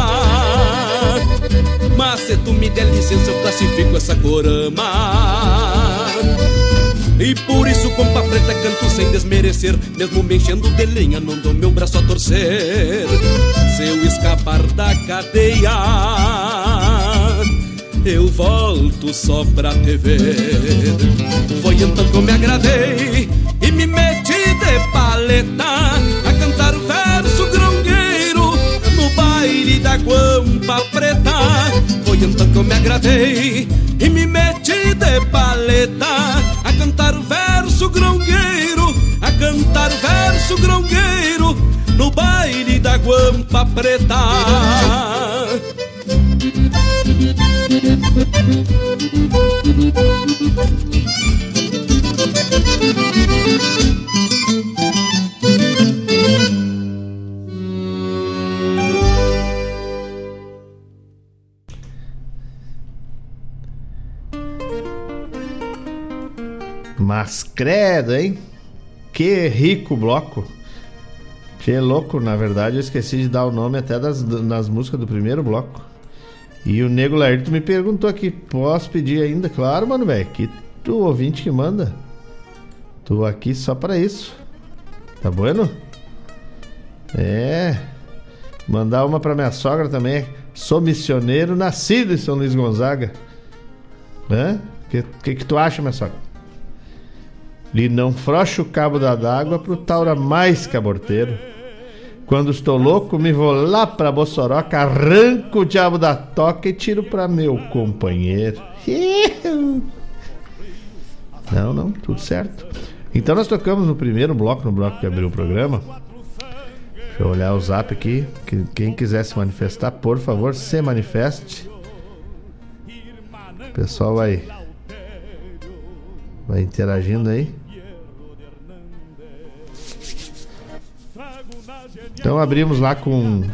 mas se tu me der licença eu classifico essa corama. E por isso, Guampa Preta, canto sem desmerecer, mesmo me enchendo de lenha, não dou meu braço a torcer. Se eu escapar da cadeia, eu volto só pra te ver. Foi então que eu me agradei e me meti de paleta a cantar verso grongueiro no baile da Guampa Preta. Foi então que eu me agradei e me meti de paleta a cantar verso grongueiro, a cantar verso grongueiro no baile da Guampa Preta. Mas credo, hein? Que rico bloco. Que louco, na verdade eu esqueci de dar o nome até nas músicas do primeiro bloco. E o Nego Laírto me perguntou aqui, posso pedir ainda? Claro, mano, velho, que tu ouvinte que manda. Tô aqui só pra isso. Tá bueno? É. Mandar uma pra minha sogra também. Sou missioneiro, nascido em São Luís Gonzaga. Hã? Que tu acha, minha sogra? Lhe não frouxo o cabo da d'água pro taura mais caborteiro. Quando estou louco, me vou lá pra Bossoroca, arranco o diabo da toca e tiro pra meu companheiro. Não, tudo certo. Então nós tocamos no primeiro bloco, no bloco que abriu o programa. Deixa eu olhar o zap aqui. Quem quiser se manifestar, por favor, se manifeste. O pessoal vai interagindo aí. Então abrimos lá com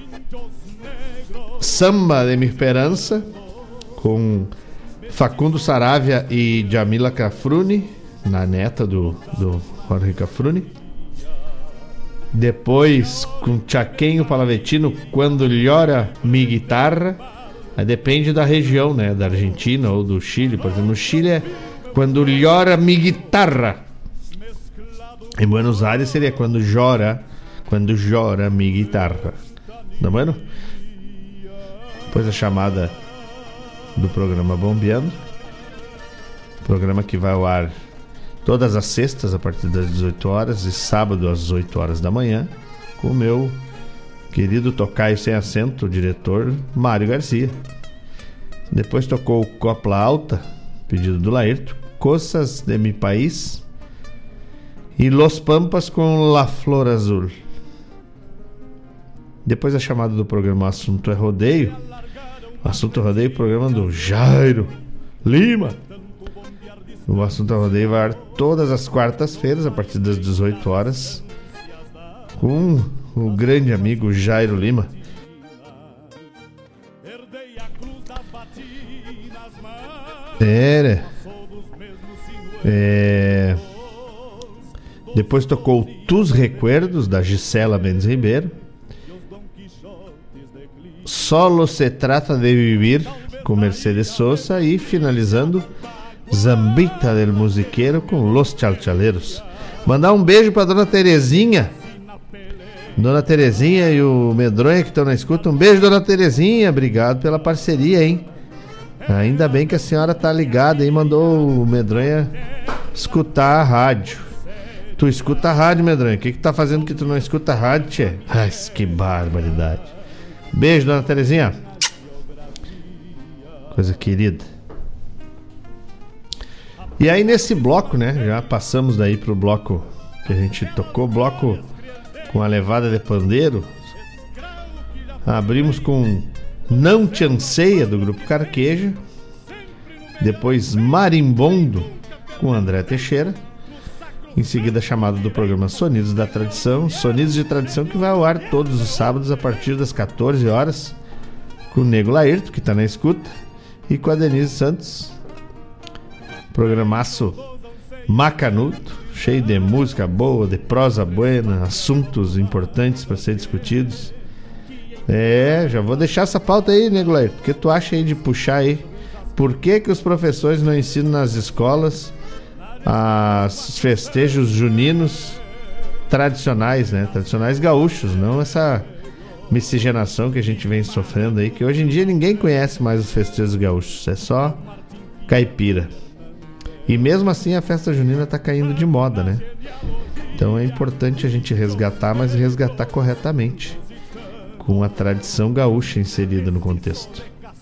Samba de Minha Esperança, com Facundo Saravia e Jamila Cafrune, na neta do Jorge Cafrune. Depois com Chaquenho Palavetino, Quando Llora Mi Guitarra. Aí depende da região, né? Da Argentina ou do Chile. Por exemplo, no Chile é Quando Llora Mi Guitarra. Em Buenos Aires seria Quando Llora Mi Guitarra. Tá vendo? Depois a chamada do programa Bombeando. Programa que vai ao ar todas as sextas a partir das 18 horas e sábado às 8 horas da manhã, com o meu querido tocaio sem acento, o diretor Mário Garcia. Depois tocou Copla Alta, pedido do Laírto, Coisas de Mi País. E Los Pampas com La Flor Azul. Depois a chamada do programa Assunto é Rodeio. Assunto é Rodeio, programa do Jairo Lima. O Assunto é Rodeio vai ar todas as quartas-feiras, a partir das 18 horas, com o grande amigo Jairo Lima. Depois tocou Tus Recuerdos, da Gisela Mendes Ribeiro. Solo se trata de vivir, com Mercedes Sosa. E finalizando, Zambita del Musiqueiro com Los Chalchaleros. Mandar um beijo pra Dona Terezinha. Dona Terezinha e o Medronha que estão na escuta. Um beijo, Dona Terezinha. Obrigado pela parceria, hein? Ainda bem que a senhora tá ligada aí. Mandou o Medronha escutar a rádio. Tu escuta a rádio, Medronha? O que tá fazendo que tu não escuta a rádio, tchê? Ai, que barbaridade. Beijo, Dona Terezinha. Coisa querida. E aí nesse bloco, né? Já passamos daí pro bloco que a gente tocou, bloco com a levada de pandeiro. Abrimos com Não Te Anseia, do Grupo Carqueja. Depois Marimbondo, com André Teixeira. Em seguida, a chamada do programa Sonidos da Tradição. Sonidos de Tradição que vai ao ar todos os sábados a partir das 14 horas. Com o Nego Laírto, que tá na escuta. E com a Denise Santos. Programaço macanudo, cheio de música boa, de prosa buena, assuntos importantes para ser discutidos. Já vou deixar essa pauta aí, Nego Laírto. O que tu acha aí de puxar aí? Por que os professores não ensinam nas escolas os festejos juninos tradicionais, né? Tradicionais gaúchos, não essa miscigenação que a gente vem sofrendo aí, que hoje em dia ninguém conhece mais os festejos gaúchos, é só caipira. E mesmo assim a festa junina tá caindo de moda, né? Então é importante a gente resgatar, mas resgatar corretamente, com a tradição gaúcha inserida no contexto.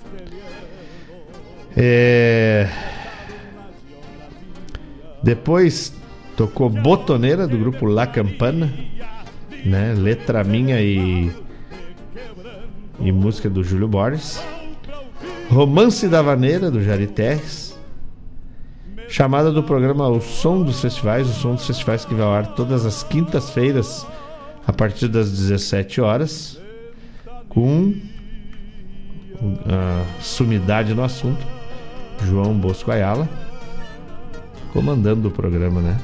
Depois tocou Botoneira, do grupo La Campana, né? Letra minha e música do Júlio Borges. Romance da Vaneira, do Jari Terres. Chamada do programa O Som dos Festivais. O Som dos Festivais que vai ao ar todas as quintas-feiras a partir das 17 horas, com a sumidade no assunto, João Bosco Ayala, comandando o programa, né?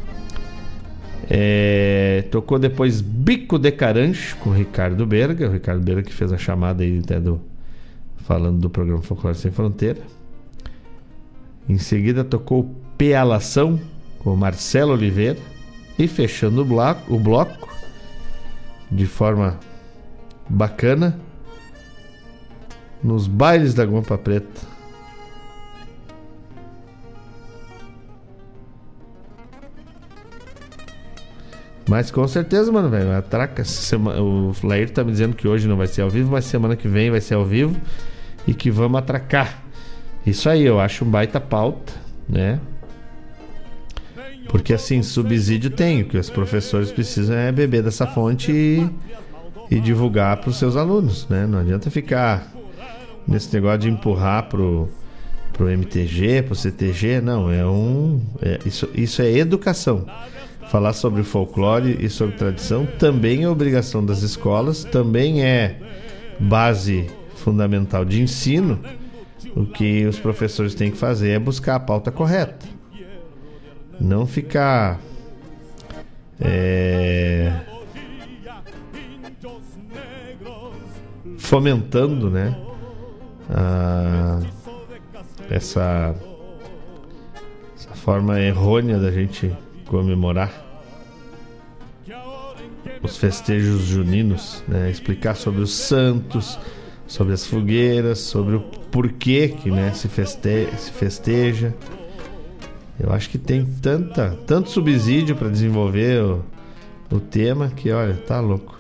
Tocou depois Bico de Carancho com o Ricardo Berga. O Ricardo Berga que fez a chamada aí até falando do programa Folclore Sem Fronteira. Em seguida tocou Pealação com o Marcelo Oliveira. E fechando o bloco de forma bacana, Nos Bailes da Guampa Preta, mas com certeza, mano, velho, atraca. O Lair tá me dizendo que hoje não vai ser ao vivo, mas semana que vem vai ser ao vivo e que vamos atracar. Isso aí, eu acho um baita pauta, né? Porque assim, subsídio tem, o que os professores precisam é beber dessa fonte e divulgar para os seus alunos, né? Não adianta ficar nesse negócio de empurrar pro MTG, pro CTG, não, isso é educação. Falar sobre folclore e sobre tradição também é obrigação das escolas, também é base fundamental de ensino. O que os professores têm que fazer é buscar a pauta correta, não ficar fomentando, né, essa forma errônea da gente comemorar os festejos juninos, né? Explicar sobre os santos, sobre as fogueiras, sobre o porquê que, né, se festeja. Eu acho que tem tanto subsídio para desenvolver o tema que, olha, tá louco.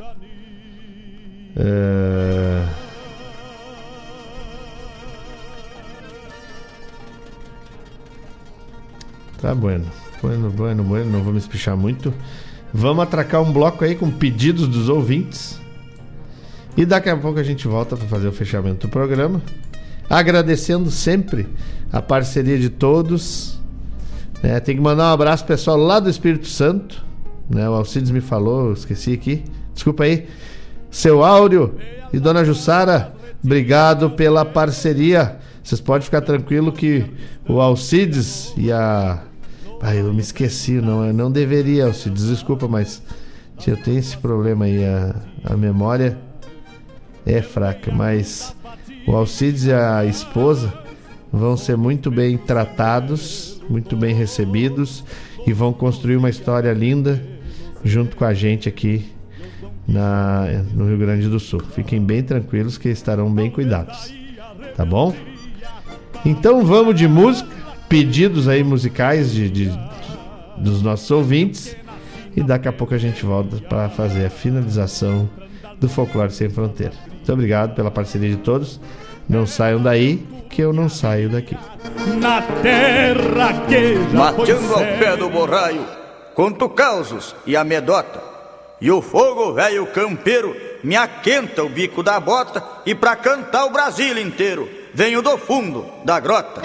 Tá bueno. não vou me espichar muito. Vamos atracar um bloco aí com pedidos dos ouvintes. E daqui a pouco a gente volta para fazer o fechamento do programa. Agradecendo sempre a parceria de todos. Tem que mandar um abraço pessoal lá do Espírito Santo. O Alcides me falou, eu esqueci aqui. Desculpa aí. Seu Áureo e Dona Jussara, obrigado pela parceria. Vocês podem ficar tranquilo que o Alcides e a... eu me esqueci, não deveria, Alcides, desculpa, mas eu tenho esse problema aí, a memória é fraca, mas o Alcides e a esposa vão ser muito bem tratados, muito bem recebidos e vão construir uma história linda junto com a gente aqui no Rio Grande do Sul. Fiquem bem tranquilos que estarão bem cuidados, tá bom? Então vamos de música, pedidos aí musicais dos nossos ouvintes, e daqui a pouco a gente volta para fazer a finalização do Folclore Sem Fronteira. Muito obrigado pela parceria de todos. Não saiam daí, que eu não saio daqui. Na terra que já mateando ao pé do borraio, conto causos e amedota, e o fogo velho campeiro me aquenta o bico da bota, e pra cantar o Brasil inteiro venho do fundo da grota.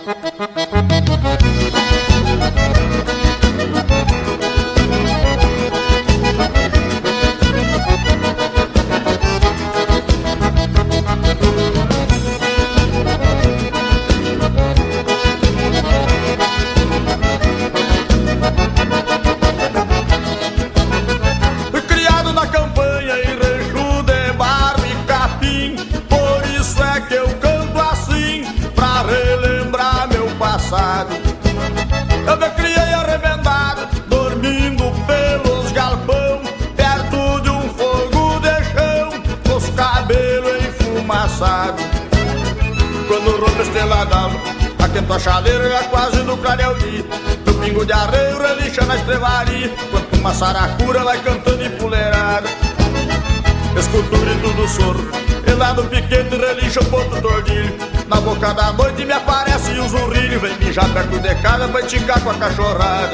Fui criado na campanha em rancho de barro e capim, por isso é que eu canto assim, pra relembrar meu passado. Eu me criei arrebentado, dormindo pelos galpão, perto de um fogo de chão, com os cabelos enfumaçados. Quando rompe a estrela d'alva, aquento a chaleira já quase no clareio dia, meu pingo de arreio relincha na estrevaria, quanto uma saracura vai cantando empoleirada. Escuto o grito do soro, e lá no piquete relincha o ponto tordilho. Na boca da noite me aparece o zurrilho, vem mijar perto de casa pra esticar com a cachorrada.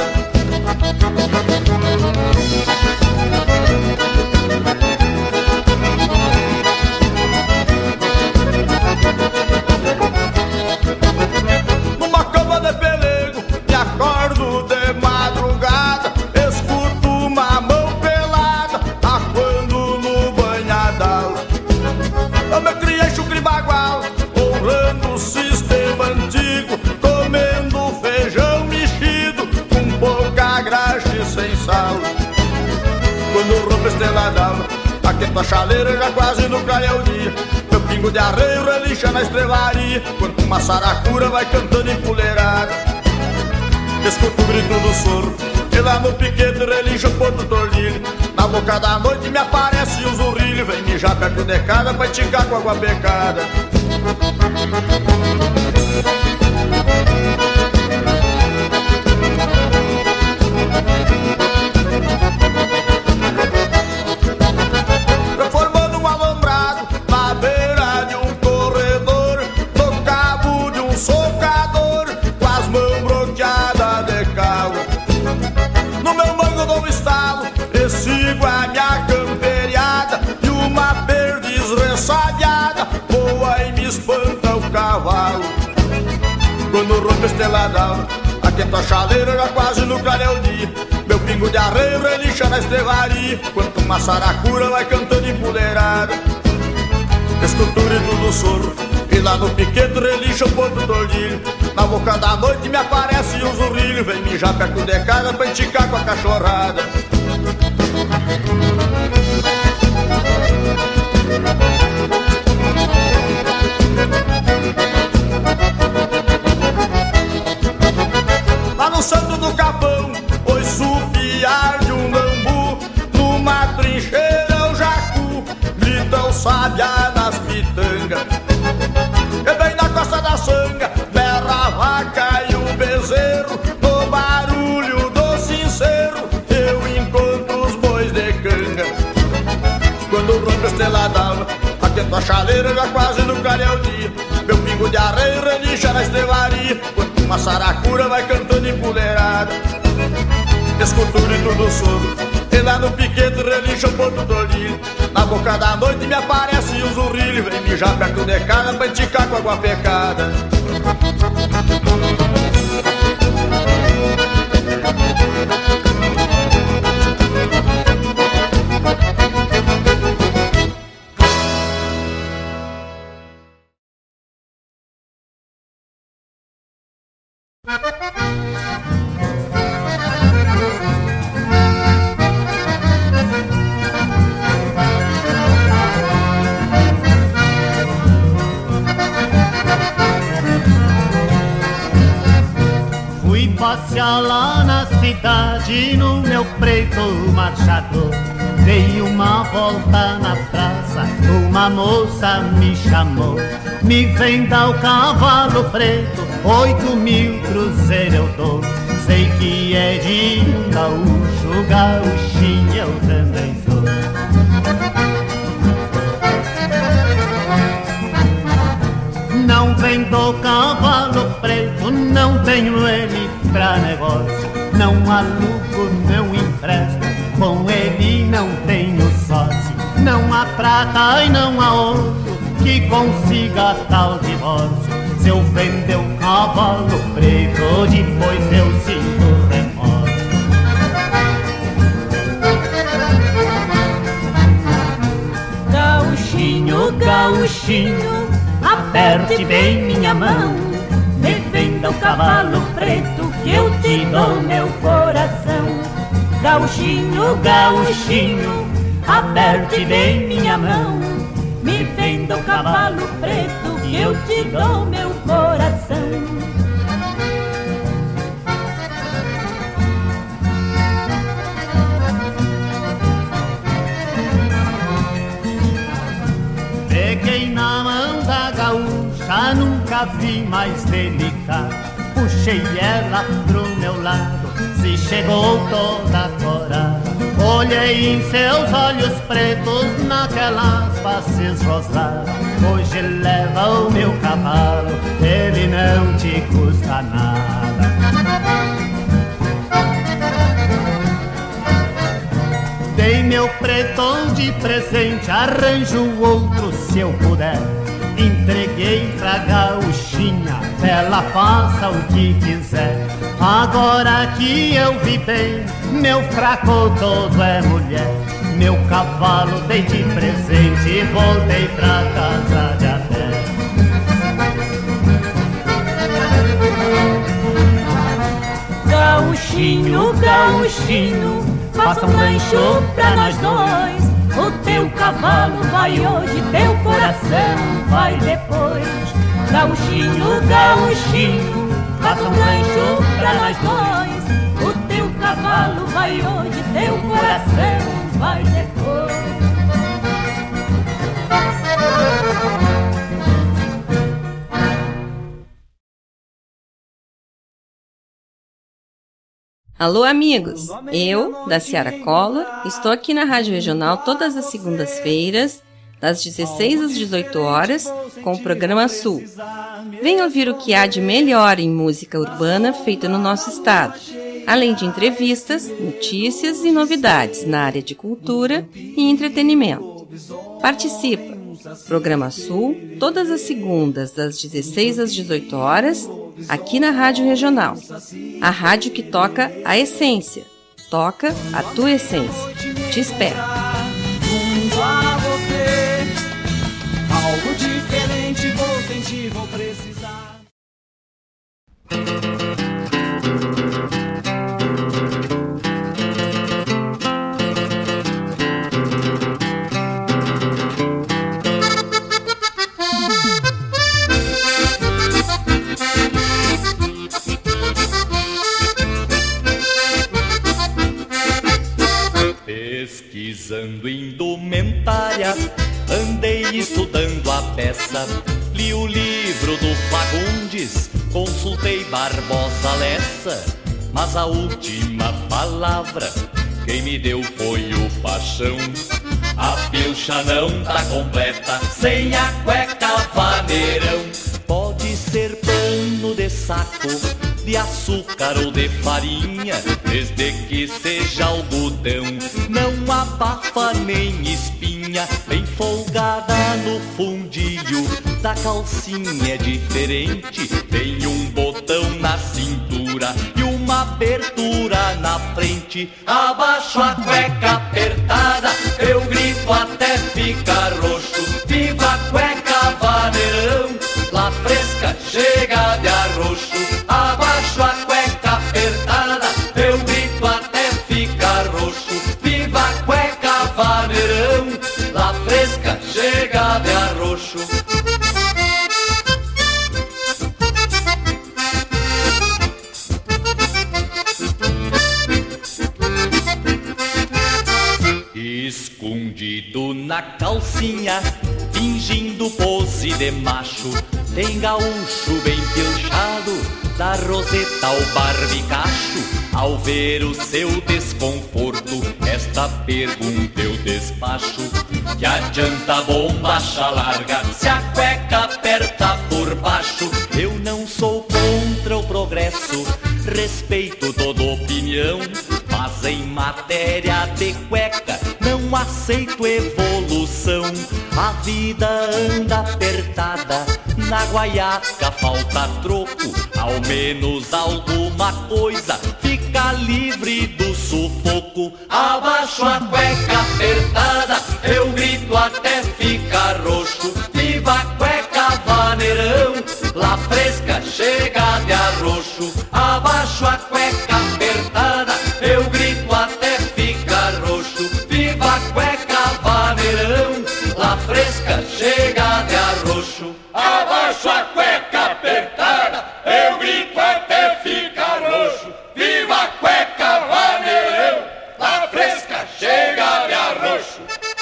Numa cama de pelego, me acordo de madrugada, escuto uma mão pelada, aquando no banhadal. Eu me criei chucre bagual, honrando o sistema antigo, comendo feijão mexido, com pouca graxa e sem sal. Quando rompe a estrela d'alva, aquento a chaleira já quase no clareio dia, meu pingo de arreio relincha na estrevaria, quanto uma saracura vai cantando empoleirada. Escuto o grito do soro, e lá no piquete relincha o ponto tordilho. Na boca da noite me aparece o zurrilho, vem mijar perto de casa pra esticar com água becada. Formando um alambrado na beira de um corredor, no cabo de um socador, com as mãos bloqueadas de calo. No meu mango dou um estalo, e sigo a minha camperiada, e uma perdiz ressabiada voa e me espanta o cavalo. Quando rompe a estrela d'alva, aquento a chaleira já quase no clareio dia, meu pingo de arreio relincha na estrevaria, quanto uma saracura vai cantando empoleirada. Escuto o grito do soro, e lá no piquete relincha o ponto tordilho. Na boca da noite me aparece o zurrilho, vem mijar perto de casa pra esticar com a cachorrada. Lá no Santo do Capão, ouço o piar de um bambu, numa trincheira o jacu grita o sabiá nas pitangas. E bem na costa da sanga berra a vaca e o bezerro, no barulho do sincero eu encontro os bois de canga. Quando rompe a estrela d'alva, aquento a chaleira já quase no clareio dia, meu pingo de arreio relincha na estrevaria, quanto uma saracura vai cantando empoleirada. sogro. E lá no piquete relincha o ponto do olhinho. Na boca da noite me aparece o zurrilho. Vem mijar perto de casa pra enticar com água pecada. Fui passear lá na cidade no meu preto machado. Dei uma volta na praça, uma moça me chamou. Me venda o cavalo preto, 8.000 cruzeiros eu dou. Sei que é de um gaúcho, gauchinho eu também sou. Não vendo cavalo preto, não tenho ele pra negócio. Não alugo, não empresto, com ele não tenho sócio. Não há prata e não há ouro que consiga tal divórcio. Se eu vender o cavalo preto, depois eu sinto remorso. Gauchinho, gauchinho, aperte bem minha mão. Me venda o cavalo preto que eu te dou meu coração. Gauchinho, gauchinho, aperte bem minha mão. Me venda o cavalo preto que eu te dou meu coração. Peguei na mão da gaúcha, nunca vi mais delicado. Puxei ela pro meu lado, se chegou toda corada. Olhei em seus olhos pretos, naquelas faces rosadas. Hoje leva o meu cavalo, ele não te custa nada. Dei meu pretão de presente, arranjo outro se eu puder. Entreguei pra gauchinha, ela faça o que quiser. Agora que eu vi bem, meu fraco todo é mulher. Meu cavalo dei de presente e voltei pra casa de a pé. Gauchinho, gauchinho, faça um rancho pra nós dois. O teu cavalo vai hoje, teu coração vai depois. Gauchinho, gauchinho, faça um rancho pra nós dois. O teu cavalo vai hoje, teu coração vai depois. Alô, amigos! Eu, da Ciara Cola, estou aqui na Rádio Regional todas as segundas-feiras, das 16 às 18 horas, com o programa Sul. Venha ouvir o que há de melhor em música urbana feita no nosso estado, além de entrevistas, notícias e novidades na área de cultura e entretenimento. Participa! Programa Sul, todas as segundas, das 16 às 18 horas, aqui na Rádio Regional. A rádio que toca a essência. Toca a tua essência. Te espero. Junto a você, algo diferente vou sentir, vou precisar. Pesquisando indumentárias, andei estudando a peça. Li o livro do Fagundes, consultei Barbosa Lessa. Mas a última palavra quem me deu foi o Paixão. A pilcha não tá completa sem a cueca vaneirão. Pode ser pano de saco, de açúcar ou de farinha, desde que seja algodão, não abafa nem espinha, bem folgada no fundilho da calcinha é diferente, tem um botão na cintura e uma abertura na frente. Abaixo a cueca apertada, eu grito até ficar roxo. Viva a cueca vaneirão, lá fresca chega de arroxo. Abaixo a cueca apertada, eu grito até ficar roxo. Viva a cueca vaneirão, lá fresca chega de arroxo. Escondido na calcinha, fingindo pose de macho, tem gaúcho bem pilchado, da roseta ao barbicacho. Ao ver o seu desconforto, esta pergunta eu despacho: que adianta bombacha larga se a cueca aperta por baixo? Eu não sou contra o progresso, respeito toda opinião, mas em matéria de cueca não aceito evolução. A vida anda apertada, na guaiaca falta troco, ao menos alguma coisa fica livre do sufoco. Abaixo a cueca apertada, eu grito até ficar roxo. Viva a cueca vaneirão, lá fresca chega de arroxo. Abaixo a cueca apertada, eu grito até ficar roxo. Viva a cueca vaneirão, lá fresca chega de arroxo. Abaixo a cueca apertada, eu grito até ficar roxo. Viva a cueca vaneirão, lá fresca chega de arroxo.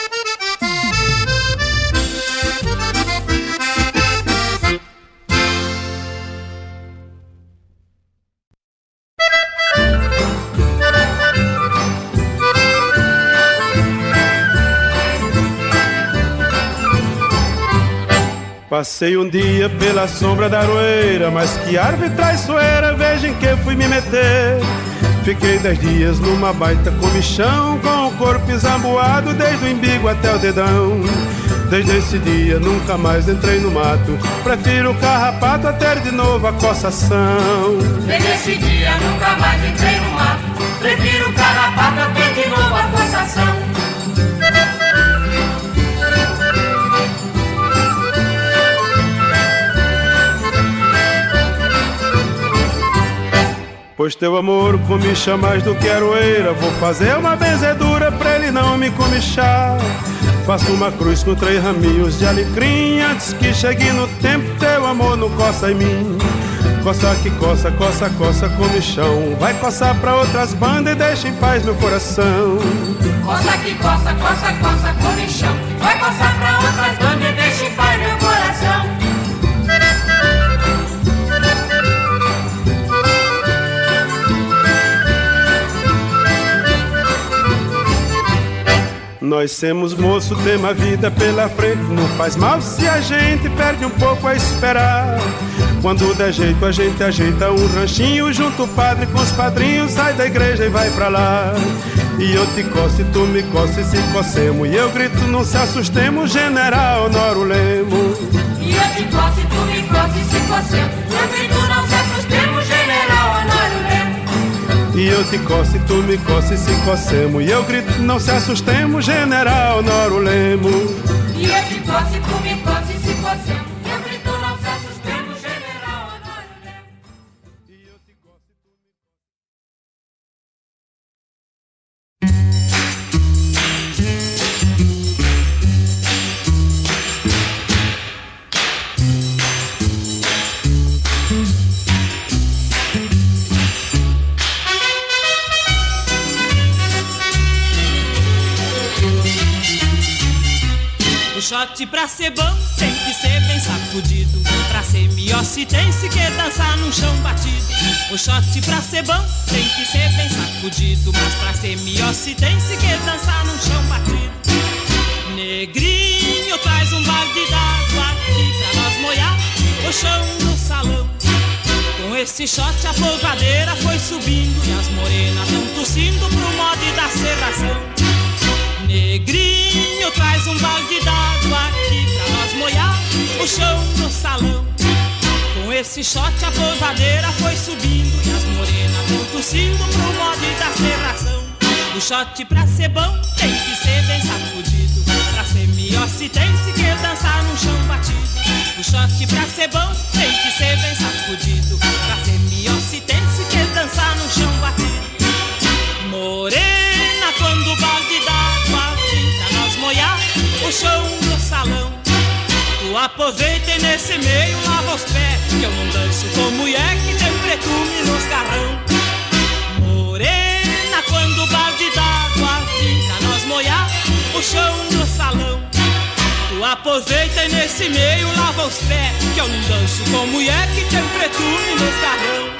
Passei um dia pela sombra da aroeira, mas que árvore traiçoeira, veja em que fui me meter. Fiquei 10 dias numa baita comichão, com o corpo examboado desde o embigo até o dedão. Desde esse dia nunca mais entrei no mato, prefiro o carrapato a ter de novo a coçação. Desde esse dia nunca mais entrei no mato, prefiro o carrapato a ter de novo a coçação. Pois teu amor comicha mais do que aroeira, vou fazer uma benzedura pra ele não me comichar. Faço uma cruz com 3 raminhos de alecrim, antes que chegue no tempo teu amor não coça em mim. Coça que coça, coça, coça comichão, vai coçar pra outras bandas e deixa em paz meu coração. Coça que coça, coça, coça comichão, vai coçar pra outras bandas e deixa em paz meu coração. Nós somos moço, temos a vida pela frente, não faz mal se a gente perde um pouco a esperar. Quando der jeito a gente ajeita um ranchinho, junto o padre com os padrinhos, sai da igreja e vai pra lá. E eu te coço e tu me coça e se cocemos, e eu grito não se assustemos, general Noro Lemo. E eu te coço e tu me coça e se cocemos, eu grito não se assustemos, general Noro Lemo. E eu te coço e tu me coça e se cocemos, e eu grito não se assustemos, general Noro Lemo. E eu te coço e tu me coça e se cocemos, eu grito não se assustemos, general Noro Lemo. Shot pra ser bom tem que ser bem sacudido, pra ser miosse tem que dançar num chão batido. O shot pra ser bom tem que ser bem sacudido, mas pra ser miosse tem que dançar num chão batido. Negrinho, traz um balde d'água aqui pra nós molhar o chão do salão. Com esse shot a polvadeira foi subindo e as morenas tão tossindo pro modo da serração. Negrinho, traz um balde d'água aqui pra nós molhar o chão do salão. Com esse shot a polvadeira foi subindo e as morenas tão tossindo pro modo da serração. O shot pra ser bom tem que ser bem sacudido, pra ser melhor se tem se quer dançar num chão batido. O shot pra ser bom tem que ser bem sacudido, pra ser melhor se tem se quer dançar num chão batido. Morena, quando o balde d'água vem pra nós molhar o chão do salão, tu aproveita e nesse meio lava os pés, que eu não danço com mulher que tem pretume nos garrão. Morena, quando o balde d'água vem pra nós molhar o chão do salão, tu aproveita e nesse meio lava os pés, que eu não danço com mulher que tem pretume nos garrão.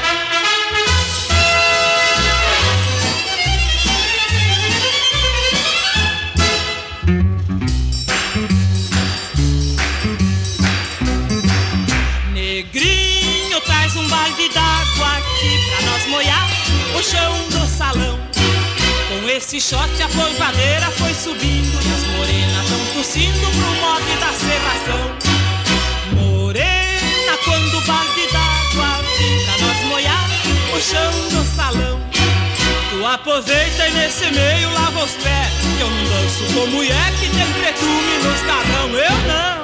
Negrinho, traz um balde d'água aqui pra nós molhar o chão do salão. Com esse shot a polvadeira foi subindo e as morenas tão tossindo pro modo da serração. Morena, quando o balde d'água vem pra nós molhar o chão do salão, tu aproveita e nesse meio lava os pés, que eu não danço com mulher que tem pretume nos garrão. Eu não!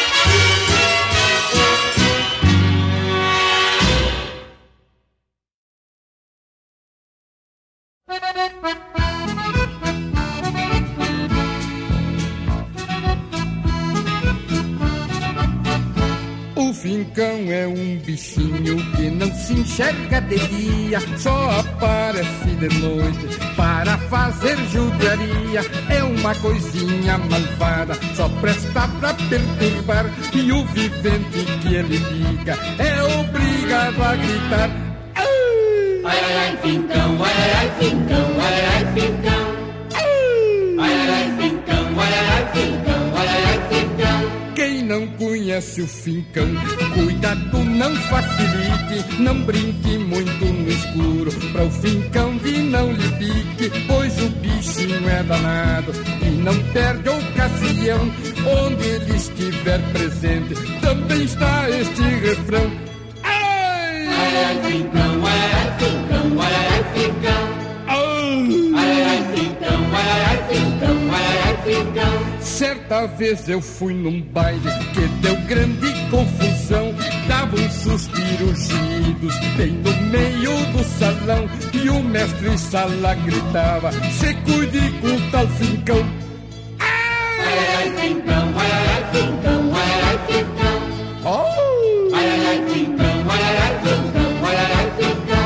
O fincão é um bichinho que não se enxerga de dia, só aparece de noite para fazer judiaria. É uma coisinha malvada, só presta pra perturbar, e o vivente que ele liga é obrigado a gritar: ai, ai, ai, fincão, ai, ai, ai, fincão, ai, ai, fincão, ai, ai, ai, fincão, ai, ai, fincão, ai, ai, fincão. Quem não conhece o fincão, cuidado, não facilite, não brinque muito no escuro, pra o fincão vir não lhe pique, pois o bichinho é danado e não perde a ocasião. Onde ele estiver presente, também está este refrão: ai, ai, ai, fincão, ai, ai, fincão, ai, ai, fincão, ai, ai, ai, fincão, ai, ai, fincão, ai, ai, fincão. Certa vez eu fui num baile que deu grande confusão, davam suspiros gemidos bem no meio do salão, e o mestre sala gritava: se cuide com o tal fincão. Ai, ai, ai, fincão, ai, ai, fincão, ai, ai, fincão, oh, ai, ai, ai, fincão, ai, ai, fincão, ai, ai, fincão.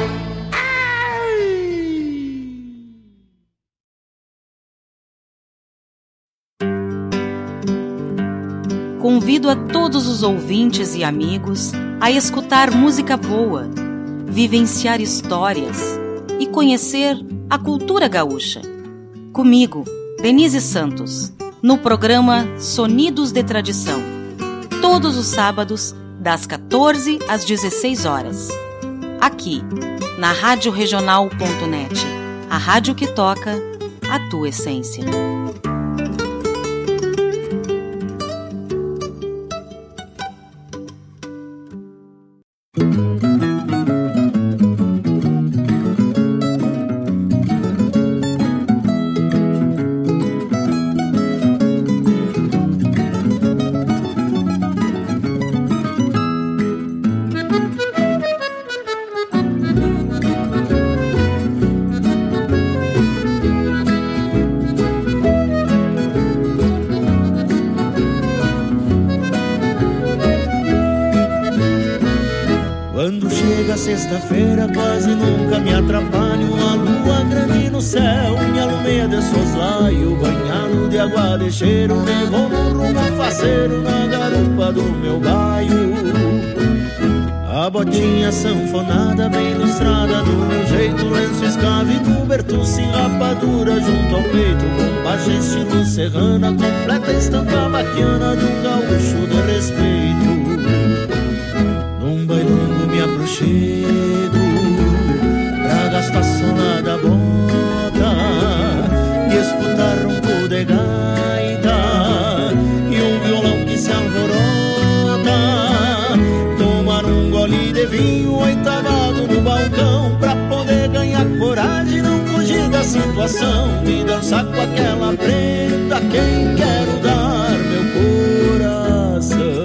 Convido a todos os ouvintes e amigos a escutar música boa, vivenciar histórias e conhecer a cultura gaúcha. Comigo, Denise Santos, no programa Sonidos de Tradição, todos os sábados, das 14 às 16 horas. Aqui, na radioregional.net, a rádio que toca a tua essência. Sexta-feira quase nunca me atrapalho, a lua grande no céu me alumeia de soslaio, banhado de água de cheiro, me vou no rumo faceiro na garupa do meu baio. A botinha sanfonada bem lustrada do meu jeito, lenço escave, cobertuce, rapadura junto ao peito, bombacha estilo serrana, completa estampa vaquiana do gaúcho de respeito. Num bailongo me abrochei situação, me dançar com aquela prenda, quem quero dar meu coração.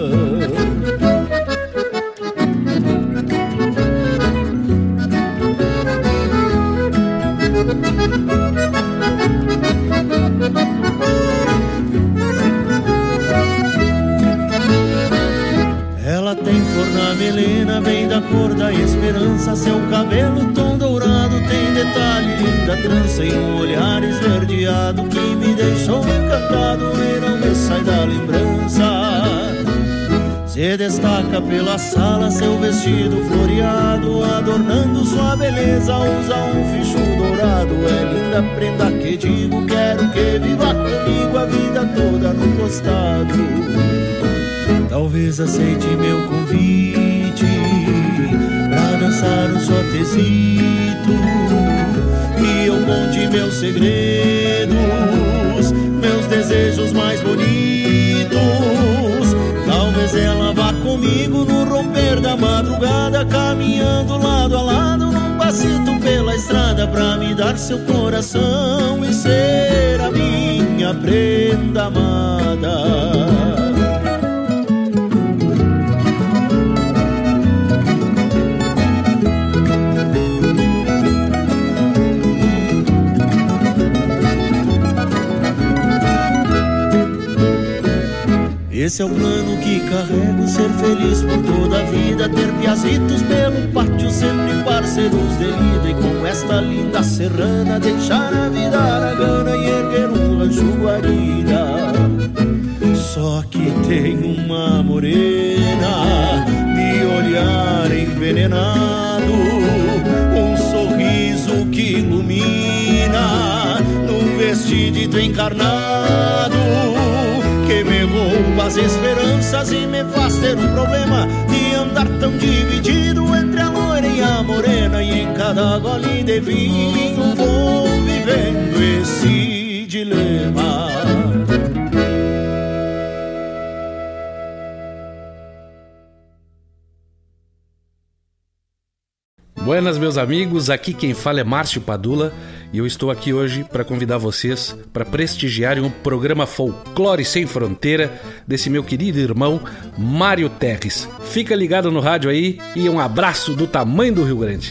Ela tem flor na melena, vem da cor da esperança. Seu cabelo tom dourado tem detalhe, linda trança e um olhar esverdeado que me deixou encantado e não me sai da lembrança. Se destaca pela sala seu vestido floreado, adornando sua beleza, usa um ficho dourado. É linda prenda que digo, quero que viva comigo a vida toda no costado. Talvez aceite meu convite pra dançar um sortezito e eu conte meus segredos, meus desejos mais bonitos. Talvez ela vá comigo no romper da madrugada, caminhando lado a lado num passito pela estrada, pra me dar seu coração e ser a minha prenda amada. Esse é o plano que carrego, ser feliz por toda a vida, ter piazitos pelo pátio, sempre parceiros de lida, e com esta linda serrana deixar a vida na gana e erguer um rancho guarida. Só que tem uma morena, de olhar envenenado, um sorriso que ilumina, num vestido encarnado, que me rouba as esperanças e me faz ter um problema de andar tão dividido entre a loira e a morena. E em cada gole de vinho vou vivendo esse dilema. Buenas, meus amigos, aqui quem fala é Márcio Padula e eu estou aqui hoje para convidar vocês para prestigiarem um programa Folclore Sem Fronteira desse meu querido irmão Mário Terres. Fica ligado no rádio aí e um abraço do tamanho do Rio Grande.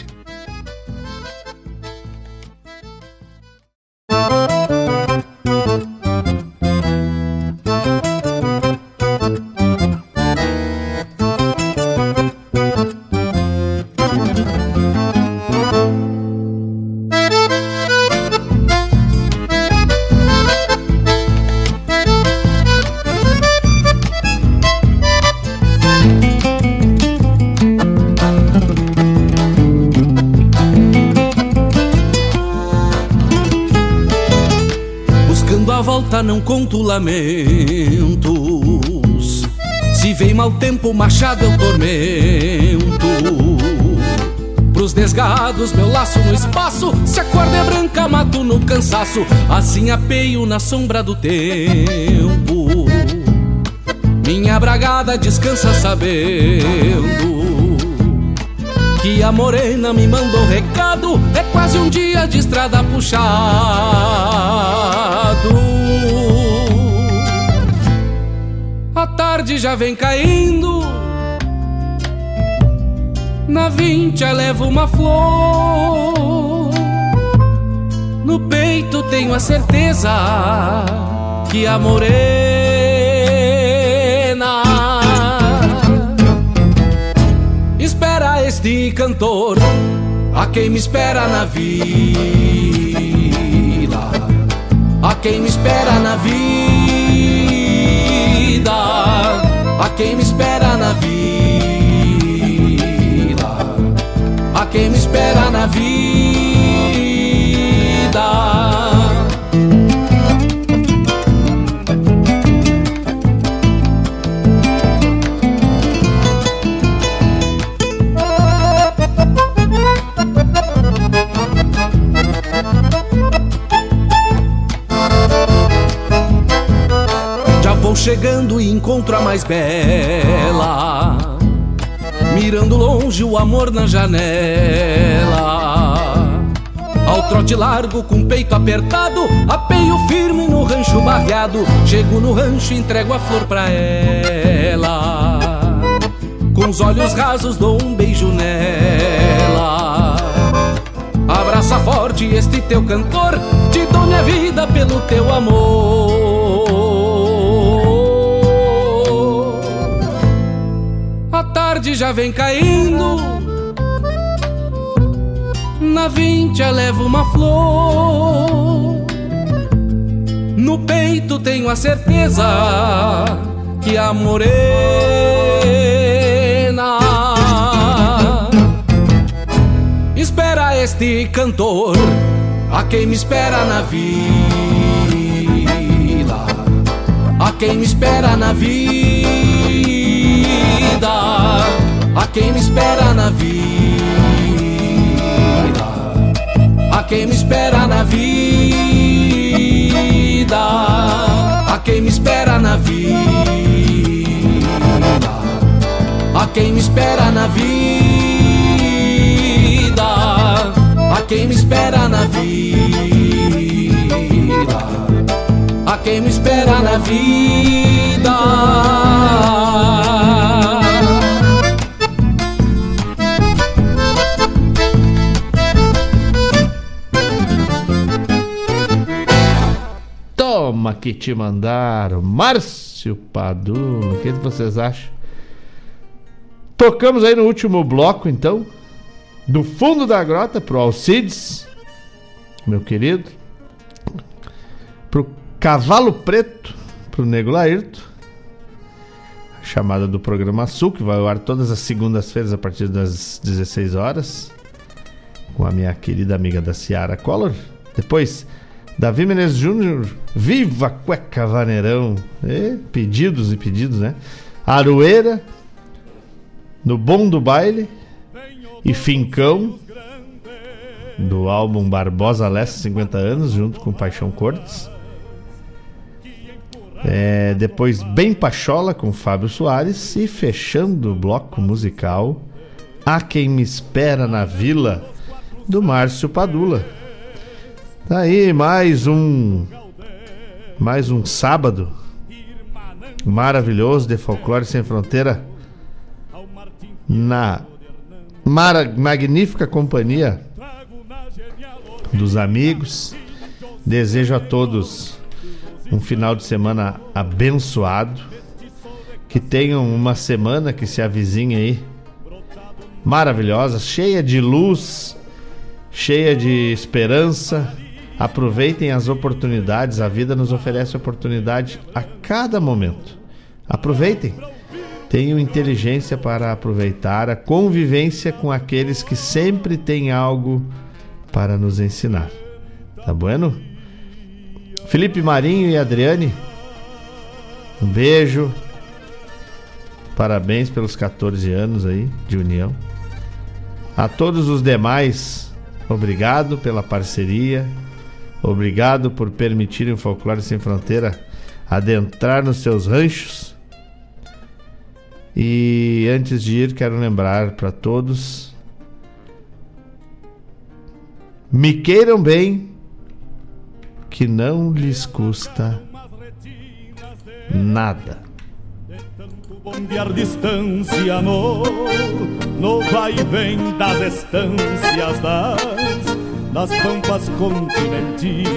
Não conto lamentos, se vem mau tempo machado eu tormento. Pros desgados meu laço no espaço, se a corda é branca mato no cansaço, assim apeio na sombra do tempo. Minha bragada descansa sabendo que a morena me mandou recado, é quase um dia de estrada puxado. A tarde já vem caindo, na vincha levo uma flor, no peito tenho a certeza que a morena espera este cantor, a quem me espera na vila, a quem me espera na vida, a quem me espera na vila, a quem me espera na vida. Chegando e encontro a mais bela, mirando longe o amor na janela. Ao trote trote largo com peito apertado, apeio firme no rancho barreado. Chego no rancho e entrego a flor pra ela, com os olhos rasos dou um beijo nela. Abraça forte este teu cantor, te dou minha vida pelo teu amor. A tarde já vem caindo, na vincha levo uma flor. No peito tenho a certeza que a morena espera este cantor, a quem me espera na vila, a quem me espera na vida, a quem me espera na vida, a quem me espera na vida, a quem me espera na vida, a quem me espera na vida, a quem me espera na vida, a quem me espera na vida. Toma que te mandaram, Márcio Padula. O que vocês acham? Tocamos aí no último bloco, então, do fundo da grota pro Alcides, meu querido, pro Cavalo Preto, pro Nego Laírto, chamada do programa Sul, que vai ao ar todas as segundas-feiras a partir das 16 horas, com a minha querida amiga da Ciara Collor. Depois, Davi Menezes Júnior, Viva Cueca Vaneirão, pedidos e pedidos, né? Aroeira, No Bom do Baile e Fincão, do álbum Barbosa Lessa 50 anos, junto com Paixão Cortes. Depois Bem Pachola com Fábio Soares e fechando o bloco musical A Quem Me Espera na Vila, do Márcio Padula. Tá aí mais um sábado maravilhoso de Folclore Sem Fronteira, na magnífica companhia dos amigos. Desejo a todos um final de semana abençoado, que tenham uma semana que se avizinha aí maravilhosa, cheia de luz, cheia de esperança. Aproveitem as oportunidades, a vida nos oferece oportunidade a cada momento. Aproveitem, tenham inteligência para aproveitar a convivência com aqueles que sempre têm algo para nos ensinar. Tá bueno? Felipe Marinho e Adriane, um beijo, parabéns pelos 14 anos aí de união. A todos os demais, obrigado pela parceria. Obrigado por permitirem o Folclore Sem Fronteira adentrar nos seus ranchos. E antes de ir, quero lembrar para todos: me queiram bem, que não lhes custa nada. Bombear distância no vai e vem das estâncias das pampas continentinas.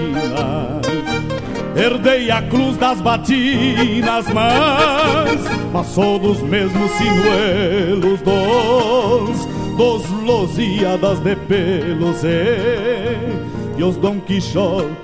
Herdei a cruz das batinas, mas passou dos mesmos sinuelos dos Lusíadas de pelos e os Dom Quixote